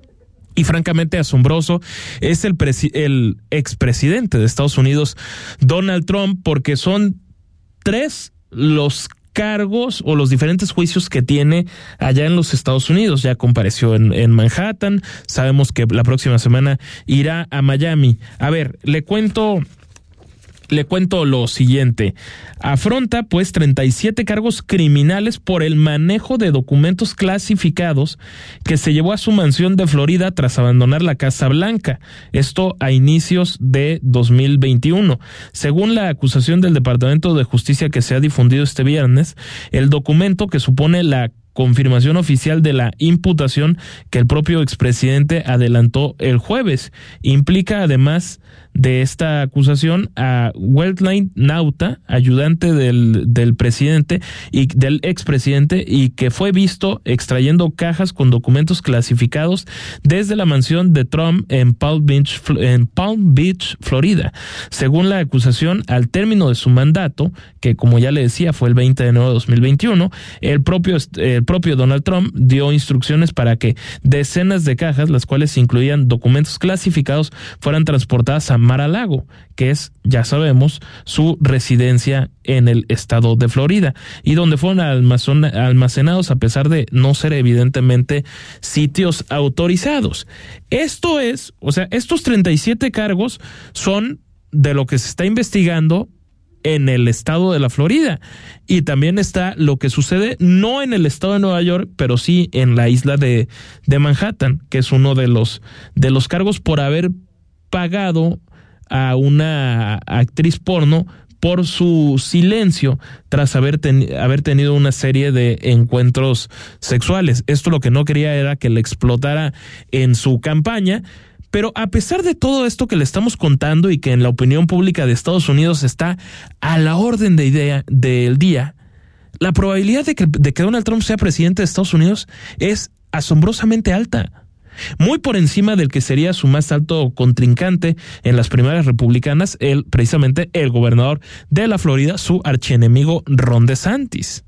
y francamente asombroso, es el, presi- el expresidente de Estados Unidos, Donald Trump, porque son tres los cargos o los diferentes juicios que tiene allá en los Estados Unidos. Ya compareció en, en Manhattan, sabemos que la próxima semana irá a Miami. A ver, le cuento... Le cuento lo siguiente. Afronta pues treinta y siete cargos criminales por el manejo de documentos clasificados que se llevó a su mansión de Florida tras abandonar la Casa Blanca. Esto a inicios de dos mil veintiuno. Según la acusación del Departamento de Justicia que se ha difundido este viernes, el documento que supone la confirmación oficial de la imputación que el propio expresidente adelantó el jueves implica además de esta acusación a Weldline Nauta, ayudante del, del presidente y del expresidente, y que fue visto extrayendo cajas con documentos clasificados desde la mansión de Trump en Palm Beach, en Palm Beach, Florida. Según la acusación, al término de su mandato, que como ya le decía fue el veinte de enero de dos mil veintiuno, el propio, el propio Donald Trump dio instrucciones para que decenas de cajas, las cuales incluían documentos clasificados, fueran transportadas a Mar-a-Lago, que es, ya sabemos, su residencia en el estado de Florida, y donde fueron almacenados a pesar de no ser evidentemente sitios autorizados. Esto es, o sea, estos treinta y siete cargos son de lo que se está investigando en el estado de la Florida, y también está lo que sucede no en el estado de Nueva York, pero sí en la isla de, de Manhattan, que es uno de los, de los cargos por haber pagado a una actriz porno por su silencio tras haber, ten, haber tenido una serie de encuentros sexuales. Esto lo que no quería era que le explotara en su campaña. Pero a pesar de todo esto que le estamos contando y que en la opinión pública de Estados Unidos está a la orden de idea del día, la probabilidad de que, de que Donald Trump sea presidente de Estados Unidos es asombrosamente alta. Muy por encima del que sería su más alto contrincante en las primarias republicanas, el, precisamente el gobernador de la Florida, su archienemigo Ron DeSantis.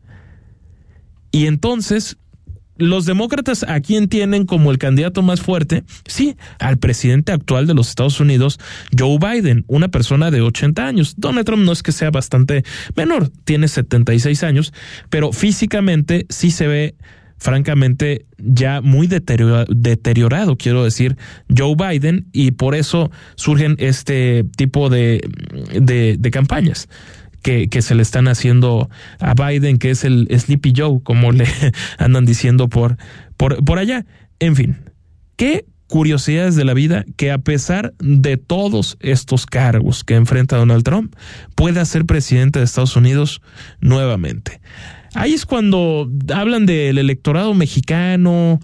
Y entonces, los demócratas, ¿a quién tienen como el candidato más fuerte? Sí, al presidente actual de los Estados Unidos, Joe Biden, una persona de ochenta años. Donald Trump no es que sea bastante menor, tiene setenta y seis años, pero físicamente sí se ve, francamente, ya muy deteriorado, deteriorado, quiero decir, Joe Biden, y por eso surgen este tipo de, de, de campañas que, que se le están haciendo a Biden, que es el Sleepy Joe, como le andan diciendo por, por, por allá. En fin, qué curiosidades de la vida que a pesar de todos estos cargos que enfrenta Donald Trump, pueda ser presidente de Estados Unidos nuevamente. Ahí es cuando hablan del electorado mexicano,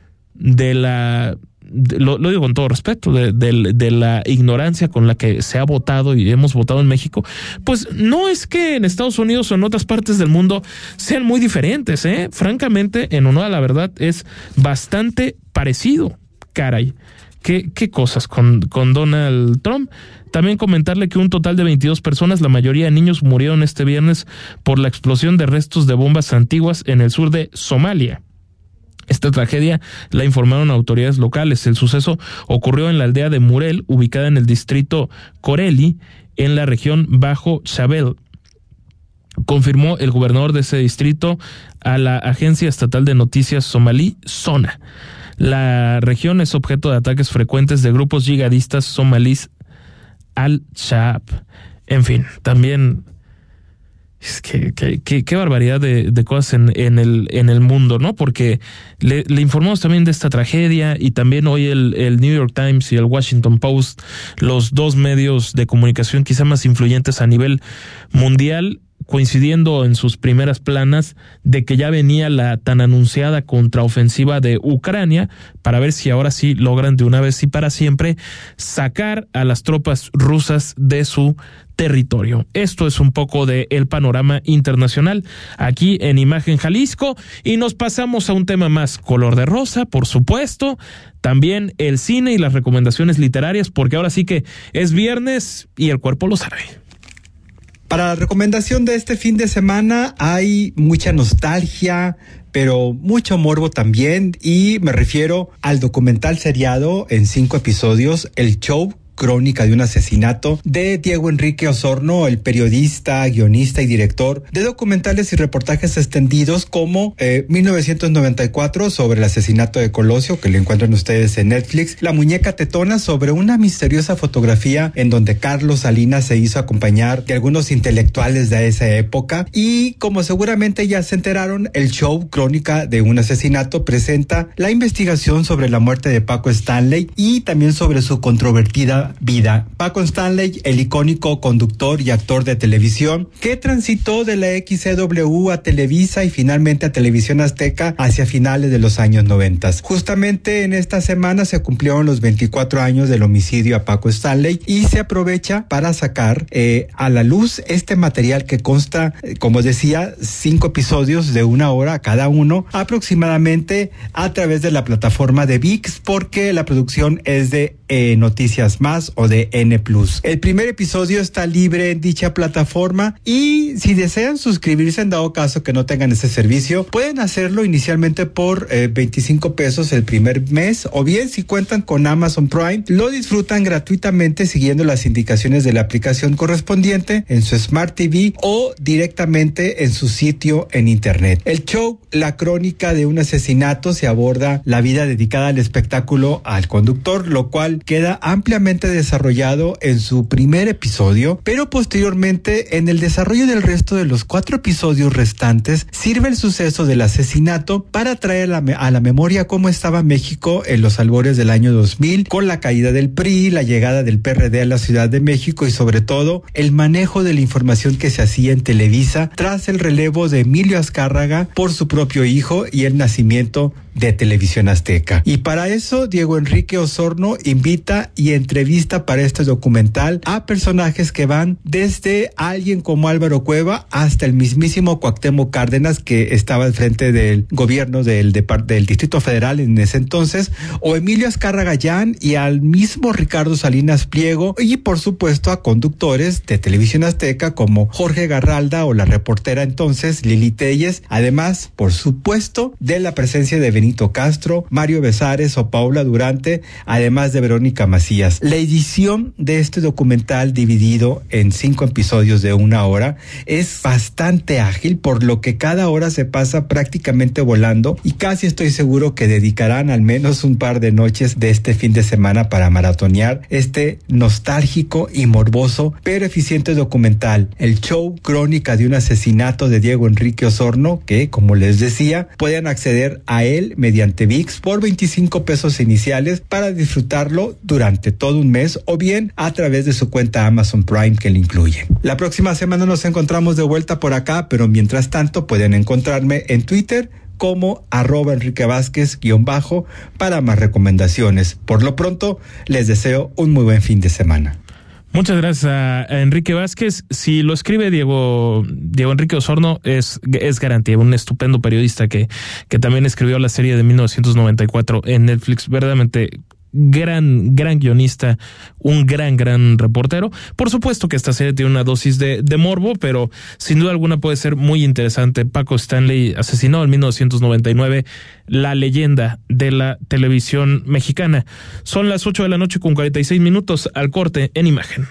de la... Lo, lo digo con todo respeto, de, de, de la ignorancia con la que se ha votado y hemos votado en México. Pues no es que en Estados Unidos o en otras partes del mundo sean muy diferentes, ¿eh? Francamente, en honor a la verdad, es bastante parecido. Caray, qué, qué cosas con, con Donald Trump. También comentarle que un total de veintidós personas, la mayoría de niños, murieron este viernes por la explosión de restos de bombas antiguas en el sur de Somalia. Esta tragedia la informaron autoridades locales. El suceso ocurrió en la aldea de Murel, ubicada en el distrito Coreli, en la región Bajo Shabelle. Confirmó el gobernador de ese distrito a la agencia estatal de noticias somalí, SONA. La región es objeto de ataques frecuentes de grupos yihadistas somalíes Al-Shabaab. En fin, también... Es que, que, que qué barbaridad de, de cosas en, en el en el mundo, ¿no? Porque le, le informamos también de esta tragedia y también hoy el, el New York Times y el Washington Post, los dos medios de comunicación quizá más influyentes a nivel mundial, coincidiendo en sus primeras planas de que ya venía la tan anunciada contraofensiva de Ucrania para ver si ahora sí logran de una vez y para siempre sacar a las tropas rusas de su territorio. Esto es un poco de el panorama internacional aquí en Imagen Jalisco y nos pasamos a un tema más color de rosa, por supuesto, también el cine y las recomendaciones literarias, porque ahora sí que es viernes y el cuerpo lo sabe. Para la recomendación de este fin de semana hay mucha nostalgia, pero mucho morbo también, y me refiero al documental seriado en cinco episodios, El Show, crónica de un asesinato, de Diego Enrique Osorno, el periodista, guionista y director de documentales y reportajes extendidos como eh, mil novecientos noventa y cuatro sobre el asesinato de Colosio, que lo encuentran ustedes en Netflix, La muñeca tetona, sobre una misteriosa fotografía en donde Carlos Salinas se hizo acompañar de algunos intelectuales de esa época, y como seguramente ya se enteraron, El Show, crónica de un asesinato, presenta la investigación sobre la muerte de Paco Stanley y también sobre su controvertida vida. Paco Stanley, el icónico conductor y actor de televisión que transitó de la X C W a Televisa y finalmente a Televisión Azteca hacia finales de los años noventa. Justamente en esta semana se cumplieron los veinticuatro años del homicidio a Paco Stanley y se aprovecha para sacar eh, a la luz este material que consta, eh, como decía, cinco episodios de una hora cada uno, aproximadamente a través de la plataforma de V I X, porque la producción es de eh, Noticias Más o de N plus. El primer episodio está libre en dicha plataforma y si desean suscribirse en dado caso que no tengan ese servicio, pueden hacerlo inicialmente por eh, veinticinco pesos el primer mes, o bien si cuentan con Amazon Prime, lo disfrutan gratuitamente siguiendo las indicaciones de la aplicación correspondiente en su Smart T V o directamente en su sitio en internet. El Show, la crónica de un asesinato, se aborda la vida dedicada al espectáculo al conductor, lo cual queda ampliamente bastante desarrollado en su primer episodio, pero posteriormente en el desarrollo del resto de los cuatro episodios restantes sirve el suceso del asesinato para traer a la, a la memoria cómo estaba México en los albores del año dos mil, con la caída del P R I, la llegada del P R D a la Ciudad de México y sobre todo el manejo de la información que se hacía en Televisa tras el relevo de Emilio Azcárraga por su propio hijo y el nacimiento de Televisión Azteca. Y para eso Diego Enrique Osorno invita y entrevista para este documental a personajes que van desde alguien como Álvaro Cueva hasta el mismísimo Cuauhtémoc Cárdenas, que estaba al frente del gobierno del, del Distrito Federal en ese entonces, o Emilio Azcárraga Llán, y al mismo Ricardo Salinas Pliego, y por supuesto a conductores de Televisión Azteca como Jorge Garralda o la reportera entonces Lili Telles, además por supuesto de la presencia de Benito Castro, Mario Besares o Paula Durante, además de Verónica Macías. La edición de este documental, dividido en cinco episodios de una hora, es bastante ágil, por lo que cada hora se pasa prácticamente volando, y casi estoy seguro que dedicarán al menos un par de noches de este fin de semana para maratonear este nostálgico y morboso pero eficiente documental, el show Crónica de un asesinato de Diego Enrique Osorno, que, como les decía, pueden acceder a él mediante V I X por veinticinco pesos iniciales para disfrutarlo durante todo un mes, o bien a través de su cuenta Amazon Prime que le incluye. La próxima semana nos encontramos de vuelta por acá, pero mientras tanto pueden encontrarme en Twitter como arroba Enrique Vázquez guión bajo para más recomendaciones. Por lo pronto, les deseo un muy buen fin de semana. Muchas gracias a Enrique Vázquez. Si lo escribe Diego Diego Enrique Osorno, es, es garantía, un estupendo periodista que, que también escribió la serie de mil novecientos noventa y cuatro en Netflix. Verdaderamente gran, gran guionista, un gran, gran reportero. Por supuesto que esta serie tiene una dosis de, de morbo, pero sin duda alguna puede ser muy interesante. Paco Stanley, asesinado en mil novecientos noventa y nueve, la leyenda de la televisión mexicana. Son las ocho de la noche con cuarenta y seis minutos, al corte en Imagen.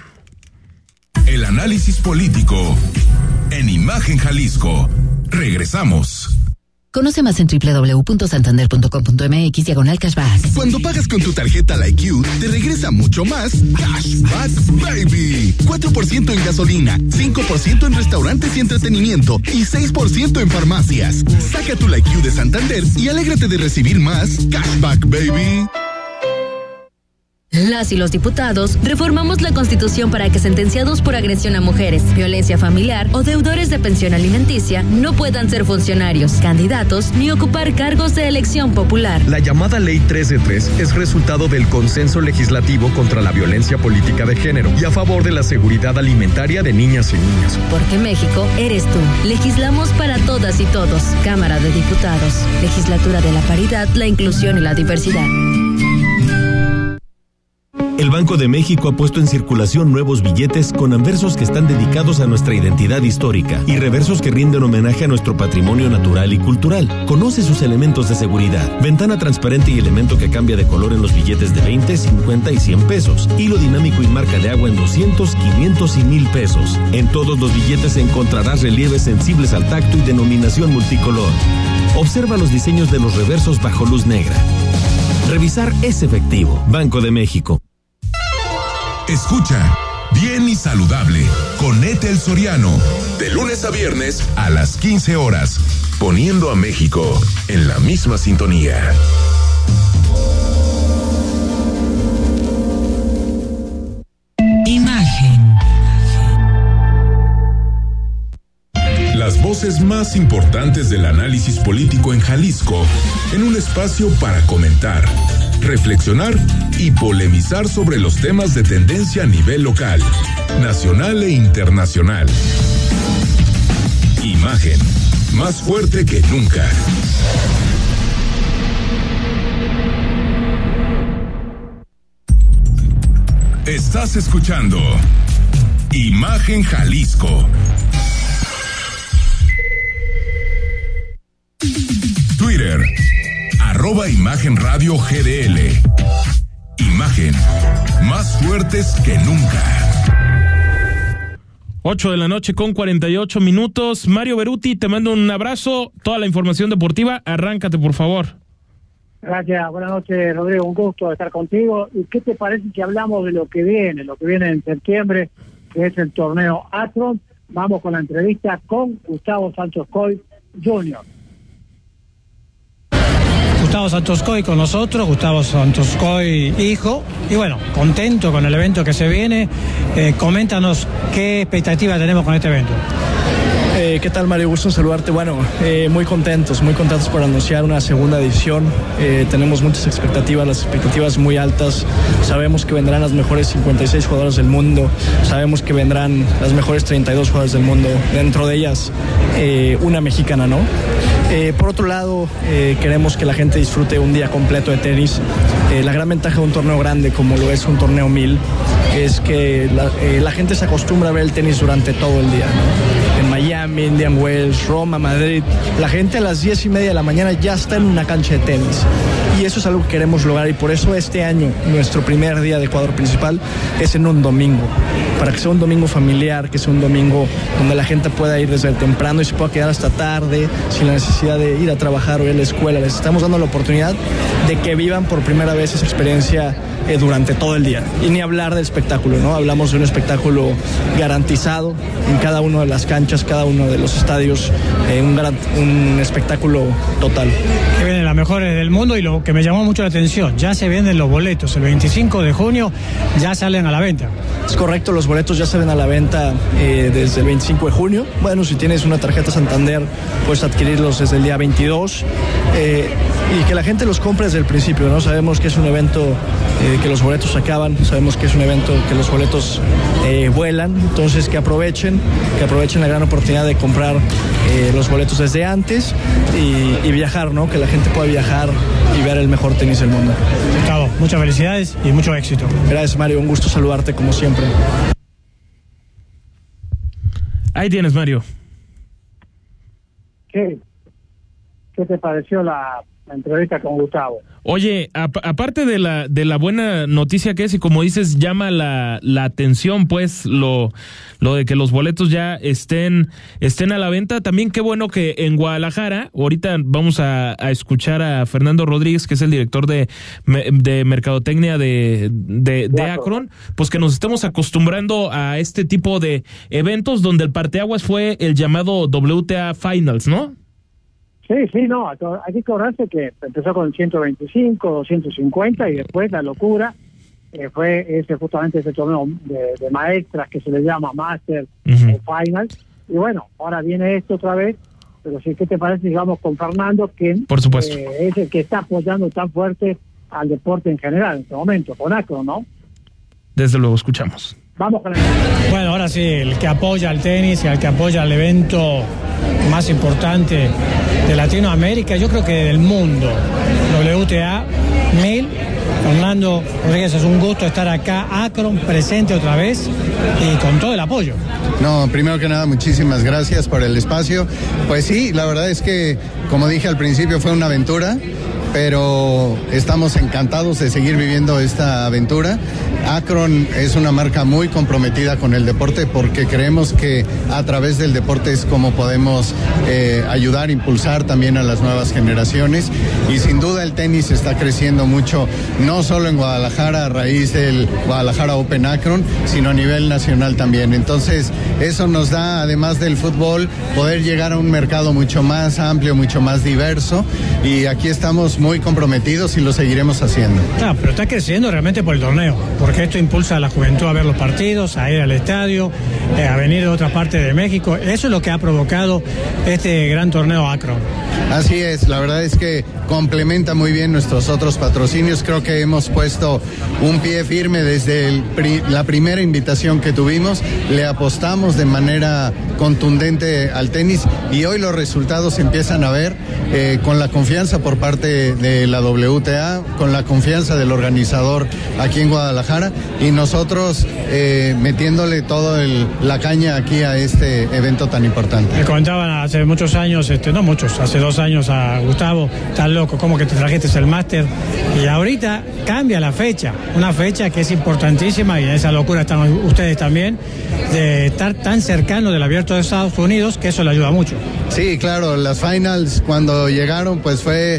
El análisis político en Imagen Jalisco. Regresamos. Conoce más en doble u doble u doble u punto santander punto com punto m x diagonal cashback. Cuando pagas con tu tarjeta Like You, te regresa mucho más Cashback Baby. cuatro por ciento en gasolina, cinco por ciento en restaurantes y entretenimiento y seis por ciento en farmacias. Saca tu Like You de Santander y alégrate de recibir más Cashback Baby. Las y los diputados reformamos la Constitución para que sentenciados por agresión a mujeres, violencia familiar o deudores de pensión alimenticia no puedan ser funcionarios, candidatos ni ocupar cargos de elección popular. La llamada Ley tres de tres es resultado del consenso legislativo contra la violencia política de género y a favor de la seguridad alimentaria de niñas y niños. Porque México eres tú. Legislamos para todas y todos. Cámara de Diputados. Legislatura de la Paridad, la Inclusión y la Diversidad. El Banco de México ha puesto en circulación nuevos billetes con anversos que están dedicados a nuestra identidad histórica y reversos que rinden homenaje a nuestro patrimonio natural y cultural. Conoce sus elementos de seguridad: ventana transparente y elemento que cambia de color en los billetes de veinte, cincuenta y cien pesos. Hilo dinámico y marca de agua en doscientos, quinientos y mil pesos. En todos los billetes encontrarás relieves sensibles al tacto y denominación multicolor. Observa los diseños de los reversos bajo luz negra. Revisar es efectivo. Banco de México. Escucha Bien y Saludable con Ethel Soriano, de lunes a viernes a las quince horas, poniendo a México en la misma sintonía. Imagen. Las voces más importantes del análisis político en Jalisco, en un espacio para comentar, reflexionar y polemizar sobre los temas de tendencia a nivel local, nacional e internacional. Imagen, más fuerte que nunca. Estás escuchando Imagen Jalisco. Twitter, arroba Imagen Radio G D L. Imagen, más fuertes que nunca. ocho de la noche con cuarenta y ocho minutos. Mario Beruti, te mando un abrazo. Toda la información deportiva, arráncate por favor. Gracias, buenas noches, Rodrigo, un gusto estar contigo. ¿Y qué te parece que hablamos de lo que viene, lo que viene en septiembre, que es el torneo Akron? Vamos con la entrevista con Gustavo Santos Coy junior Gustavo Santos Coy con nosotros, Gustavo Santos Coy hijo, y bueno, contento con el evento que se viene. Eh, coméntanos qué expectativa tenemos con este evento. Eh, ¿Qué tal, Mario? Gusto en saludarte. Bueno, eh, muy contentos, muy contentos por anunciar una segunda edición. Eh, tenemos muchas expectativas, las expectativas muy altas. Sabemos que vendrán las mejores cincuenta y seis jugadoras del mundo. Sabemos que vendrán las mejores treinta y dos jugadoras del mundo. Dentro de ellas, eh, una mexicana, ¿no? Eh, por otro lado, eh, queremos que la gente disfrute un día completo de tenis. Eh, la gran ventaja de un torneo grande como lo es un torneo mil es que la, eh, la gente se acostumbra a ver el tenis durante todo el día, ¿no? En Miami, Indian Wells, Roma, Madrid, la gente a las diez y media de la mañana ya está en una cancha de tenis. Y eso es algo que queremos lograr, y por eso este año nuestro primer día de cuadro principal es en un domingo, para que sea un domingo familiar, que sea un domingo donde la gente pueda ir desde temprano y se pueda quedar hasta tarde sin la necesidad de ir a trabajar o ir a la escuela. Les estamos dando la oportunidad de que vivan por primera vez esa experiencia eh, durante todo el día. Y ni hablar del espectáculo, ¿no? Hablamos de un espectáculo garantizado en cada una de las canchas, cada uno de los estadios, eh, un, gran, un espectáculo total. Que vienen las mejores del mundo, y lo que me llamó mucho la atención, ya se venden los boletos, el veinticinco de junio ya salen a la venta. Es correcto, los boletos ya salen a la venta eh, desde el veinticinco de junio. Bueno, si tienes una tarjeta Santander, puedes adquirirlos desde el día veintidós. Eh, y que la gente los compre desde el principio, ¿no? Sabemos que es un evento eh, que los boletos se acaban, sabemos que es un evento que los boletos eh, vuelan, entonces que aprovechen, que aprovechen la gran oportunidad de comprar eh, los boletos desde antes y, y viajar, ¿no? Que la gente pueda viajar y ver el mejor tenis del mundo. Gustavo, muchas felicidades y mucho éxito. Gracias, Mario, un gusto saludarte como siempre. Ahí tienes, Mario. ¿Qué, qué te pareció la, la entrevista con Gustavo? Oye, a, aparte de la de la buena noticia que es, y como dices, llama la, la atención, pues, lo, lo de que los boletos ya estén, estén a la venta. También qué bueno que en Guadalajara, ahorita vamos a, a escuchar a Fernando Rodríguez, que es el director de, de mercadotecnia de, de, de Akron, pues que nos estemos acostumbrando a este tipo de eventos donde el parteaguas fue el llamado W T A Finals, ¿no? Sí, sí, no, hay que acordarse que empezó con ciento veinticinco, doscientos cincuenta, y después la locura eh, fue ese justamente ese torneo de, de maestras que se le llama Master uh-huh. o Final. Y bueno, ahora viene esto otra vez, pero sí, ¿qué te parece, digamos, con Fernando, que Por supuesto. Eh, es el que está apoyando tan fuerte al deporte en general en este momento, con Akron, ¿no? Desde luego, escuchamos. Vamos con el... Bueno, ahora sí, el que apoya al tenis y el que apoya al evento más importante de Latinoamérica, yo creo que del mundo, W T A mil. Fernando Rodríguez, es un gusto estar acá, Akron, presente otra vez y con todo el apoyo. No, primero que nada, muchísimas gracias por el espacio. Pues sí, la verdad es que, como dije al principio, fue una aventura, pero estamos encantados de seguir viviendo esta aventura. Akron es una marca muy comprometida con el deporte, porque creemos que a través del deporte es como podemos eh, ayudar, impulsar también a las nuevas generaciones, y sin duda el tenis está creciendo mucho, no solo en Guadalajara a raíz del Guadalajara Open Akron, sino a nivel nacional también. Entonces eso nos da, además del fútbol, poder llegar a un mercado mucho más amplio, mucho más diverso, y aquí estamos muy comprometidos y lo seguiremos haciendo. Ah, pero está creciendo realmente por el torneo, porque esto impulsa a la juventud a ver los partidos, a ir al estadio, eh, a venir de otras partes de México. Eso es lo que ha provocado este gran torneo Akron. Así es, la verdad es que complementa muy bien nuestros otros patrocinios. Creo que hemos puesto un pie firme desde el pri- la primera invitación que tuvimos, le apostamos de manera contundente al tenis, y hoy los resultados se empiezan a ver eh, con la confianza por parte de la W T A, con la confianza del organizador aquí en Guadalajara, y nosotros eh, metiéndole toda la caña aquí a este evento tan importante. Me comentaban hace muchos años, este, no muchos, hace dos años a Gustavo, estás loco, ¿cómo que te trajiste el máster? Y ahorita cambia la fecha, una fecha que es importantísima, y en esa locura están ustedes también, de estar tan cercano del Abierto de Estados Unidos, que eso le ayuda mucho. Sí, claro, las finals cuando llegaron pues fue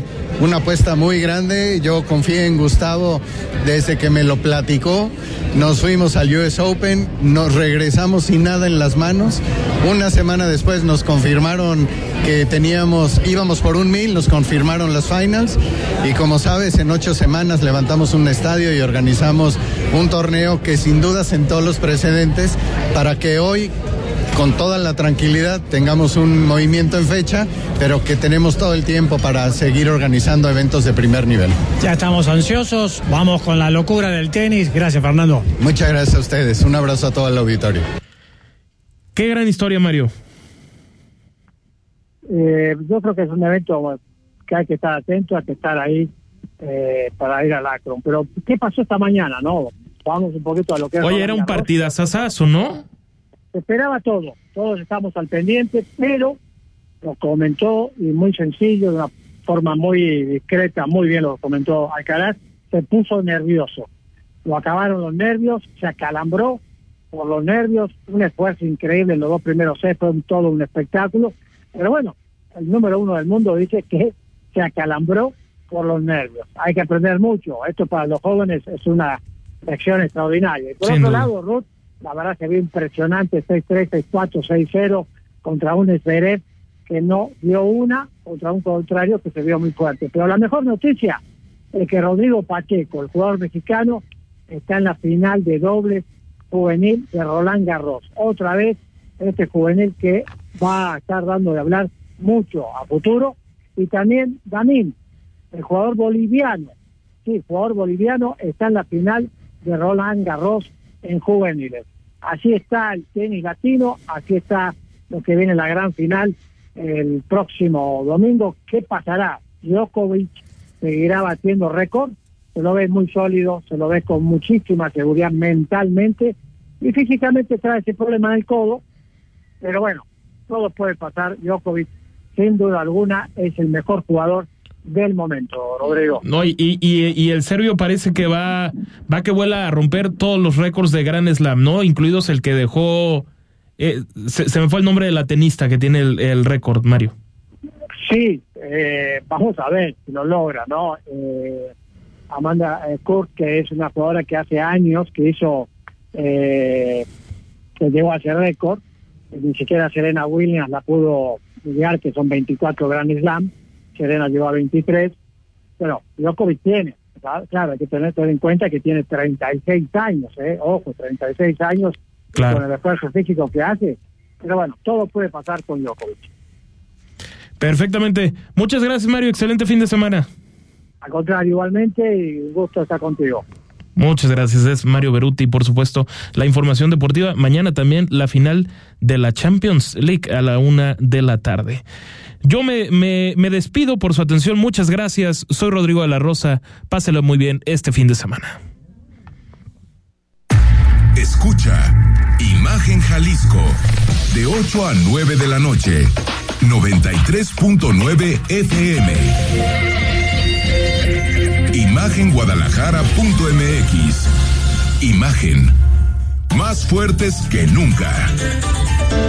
una apuesta muy grande. Yo confié en Gustavo desde que me lo platicó. Nos fuimos al U S Open, nos regresamos sin nada en las manos. Una semana después nos confirmaron que teníamos, íbamos por un mil, nos confirmaron las finals. Y como sabes, en ocho semanas levantamos un estadio y organizamos un torneo que sin duda sentó los precedentes para que hoy, con toda la tranquilidad, tengamos un movimiento en fecha, pero que tenemos todo el tiempo para seguir organizando eventos de primer nivel. Ya estamos ansiosos, vamos con la locura del tenis. Gracias, Fernando. Muchas gracias a ustedes, un abrazo a todo el auditorio. Qué gran historia, Mario. Eh, yo creo que es un evento que hay que estar atento, hay que estar ahí eh, para ir al Akron. Pero, ¿qué pasó esta mañana, no? Vamos un poquito a lo que es... Oye, era un partidazazazo, ¿no? Se esperaba todo, todos estamos al pendiente, pero lo comentó, y muy sencillo, de una forma muy discreta, muy bien lo comentó Alcaraz, se puso nervioso. Lo acabaron los nervios, se acalambró por los nervios, un esfuerzo increíble en los dos primeros sets, fue un, todo un espectáculo, pero bueno, el número uno del mundo dice que se acalambró por los nervios. Hay que aprender mucho, esto para los jóvenes es una lección extraordinaria. Y por Sin otro duda. lado, Ruth, la verdad se vio impresionante, seis tres, seis cuatro, seis cero contra un Zverev que no dio una, contra un contrario que se vio muy fuerte. Pero la mejor noticia es que Rodrigo Pacheco, el jugador mexicano, está en la final de dobles juvenil de Roland Garros. Otra vez este juvenil que va a estar dando de hablar mucho a futuro. Y también Danín, el jugador boliviano, sí, jugador boliviano, está en la final de Roland Garros en juveniles. Así está el tenis latino, así está lo que viene en la gran final el próximo domingo. ¿Qué pasará? Djokovic seguirá batiendo récord, se lo ve muy sólido, se lo ve con muchísima seguridad mentalmente y físicamente trae ese problema en el codo, pero bueno, todo puede pasar. Djokovic, sin duda alguna, es el mejor jugador del momento, Rodrigo. No, y, y, y el serbio parece que va, va que vuela a romper todos los récords de Grand Slam, ¿no? Incluidos el que dejó, eh, se, se me fue el nombre de la tenista que tiene el, el récord, Mario. Sí, eh, vamos a ver si lo logra, ¿no? Eh, Amanda eh, Kurt, que es una jugadora que hace años que hizo, eh, que llegó a ese récord, ni siquiera Serena Williams la pudo llegar, que son veinticuatro Grand Slam. Serena lleva veintitrés, pero Djokovic tiene, ¿sabes? Claro, hay que tener, tener en cuenta que tiene treinta y seis años, ¿eh? Ojo, treinta y seis años, claro, con el esfuerzo físico que hace, pero bueno, todo puede pasar con Djokovic. Perfectamente. Muchas gracias, Mario, excelente fin de semana. Al contrario, igualmente, y un gusto estar contigo. Muchas gracias, es Mario Beruti, por supuesto, la información deportiva. Mañana también la final de la Champions League a la una de la tarde. Yo me, me, me despido por su atención, muchas gracias, soy Rodrigo de la Rosa, páselo muy bien este fin de semana. Escucha Imagen Jalisco, de ocho a nueve de la noche, noventa y tres punto nueve F M. Imagen Guadalajara punto M X. Imagen. Más fuertes que nunca.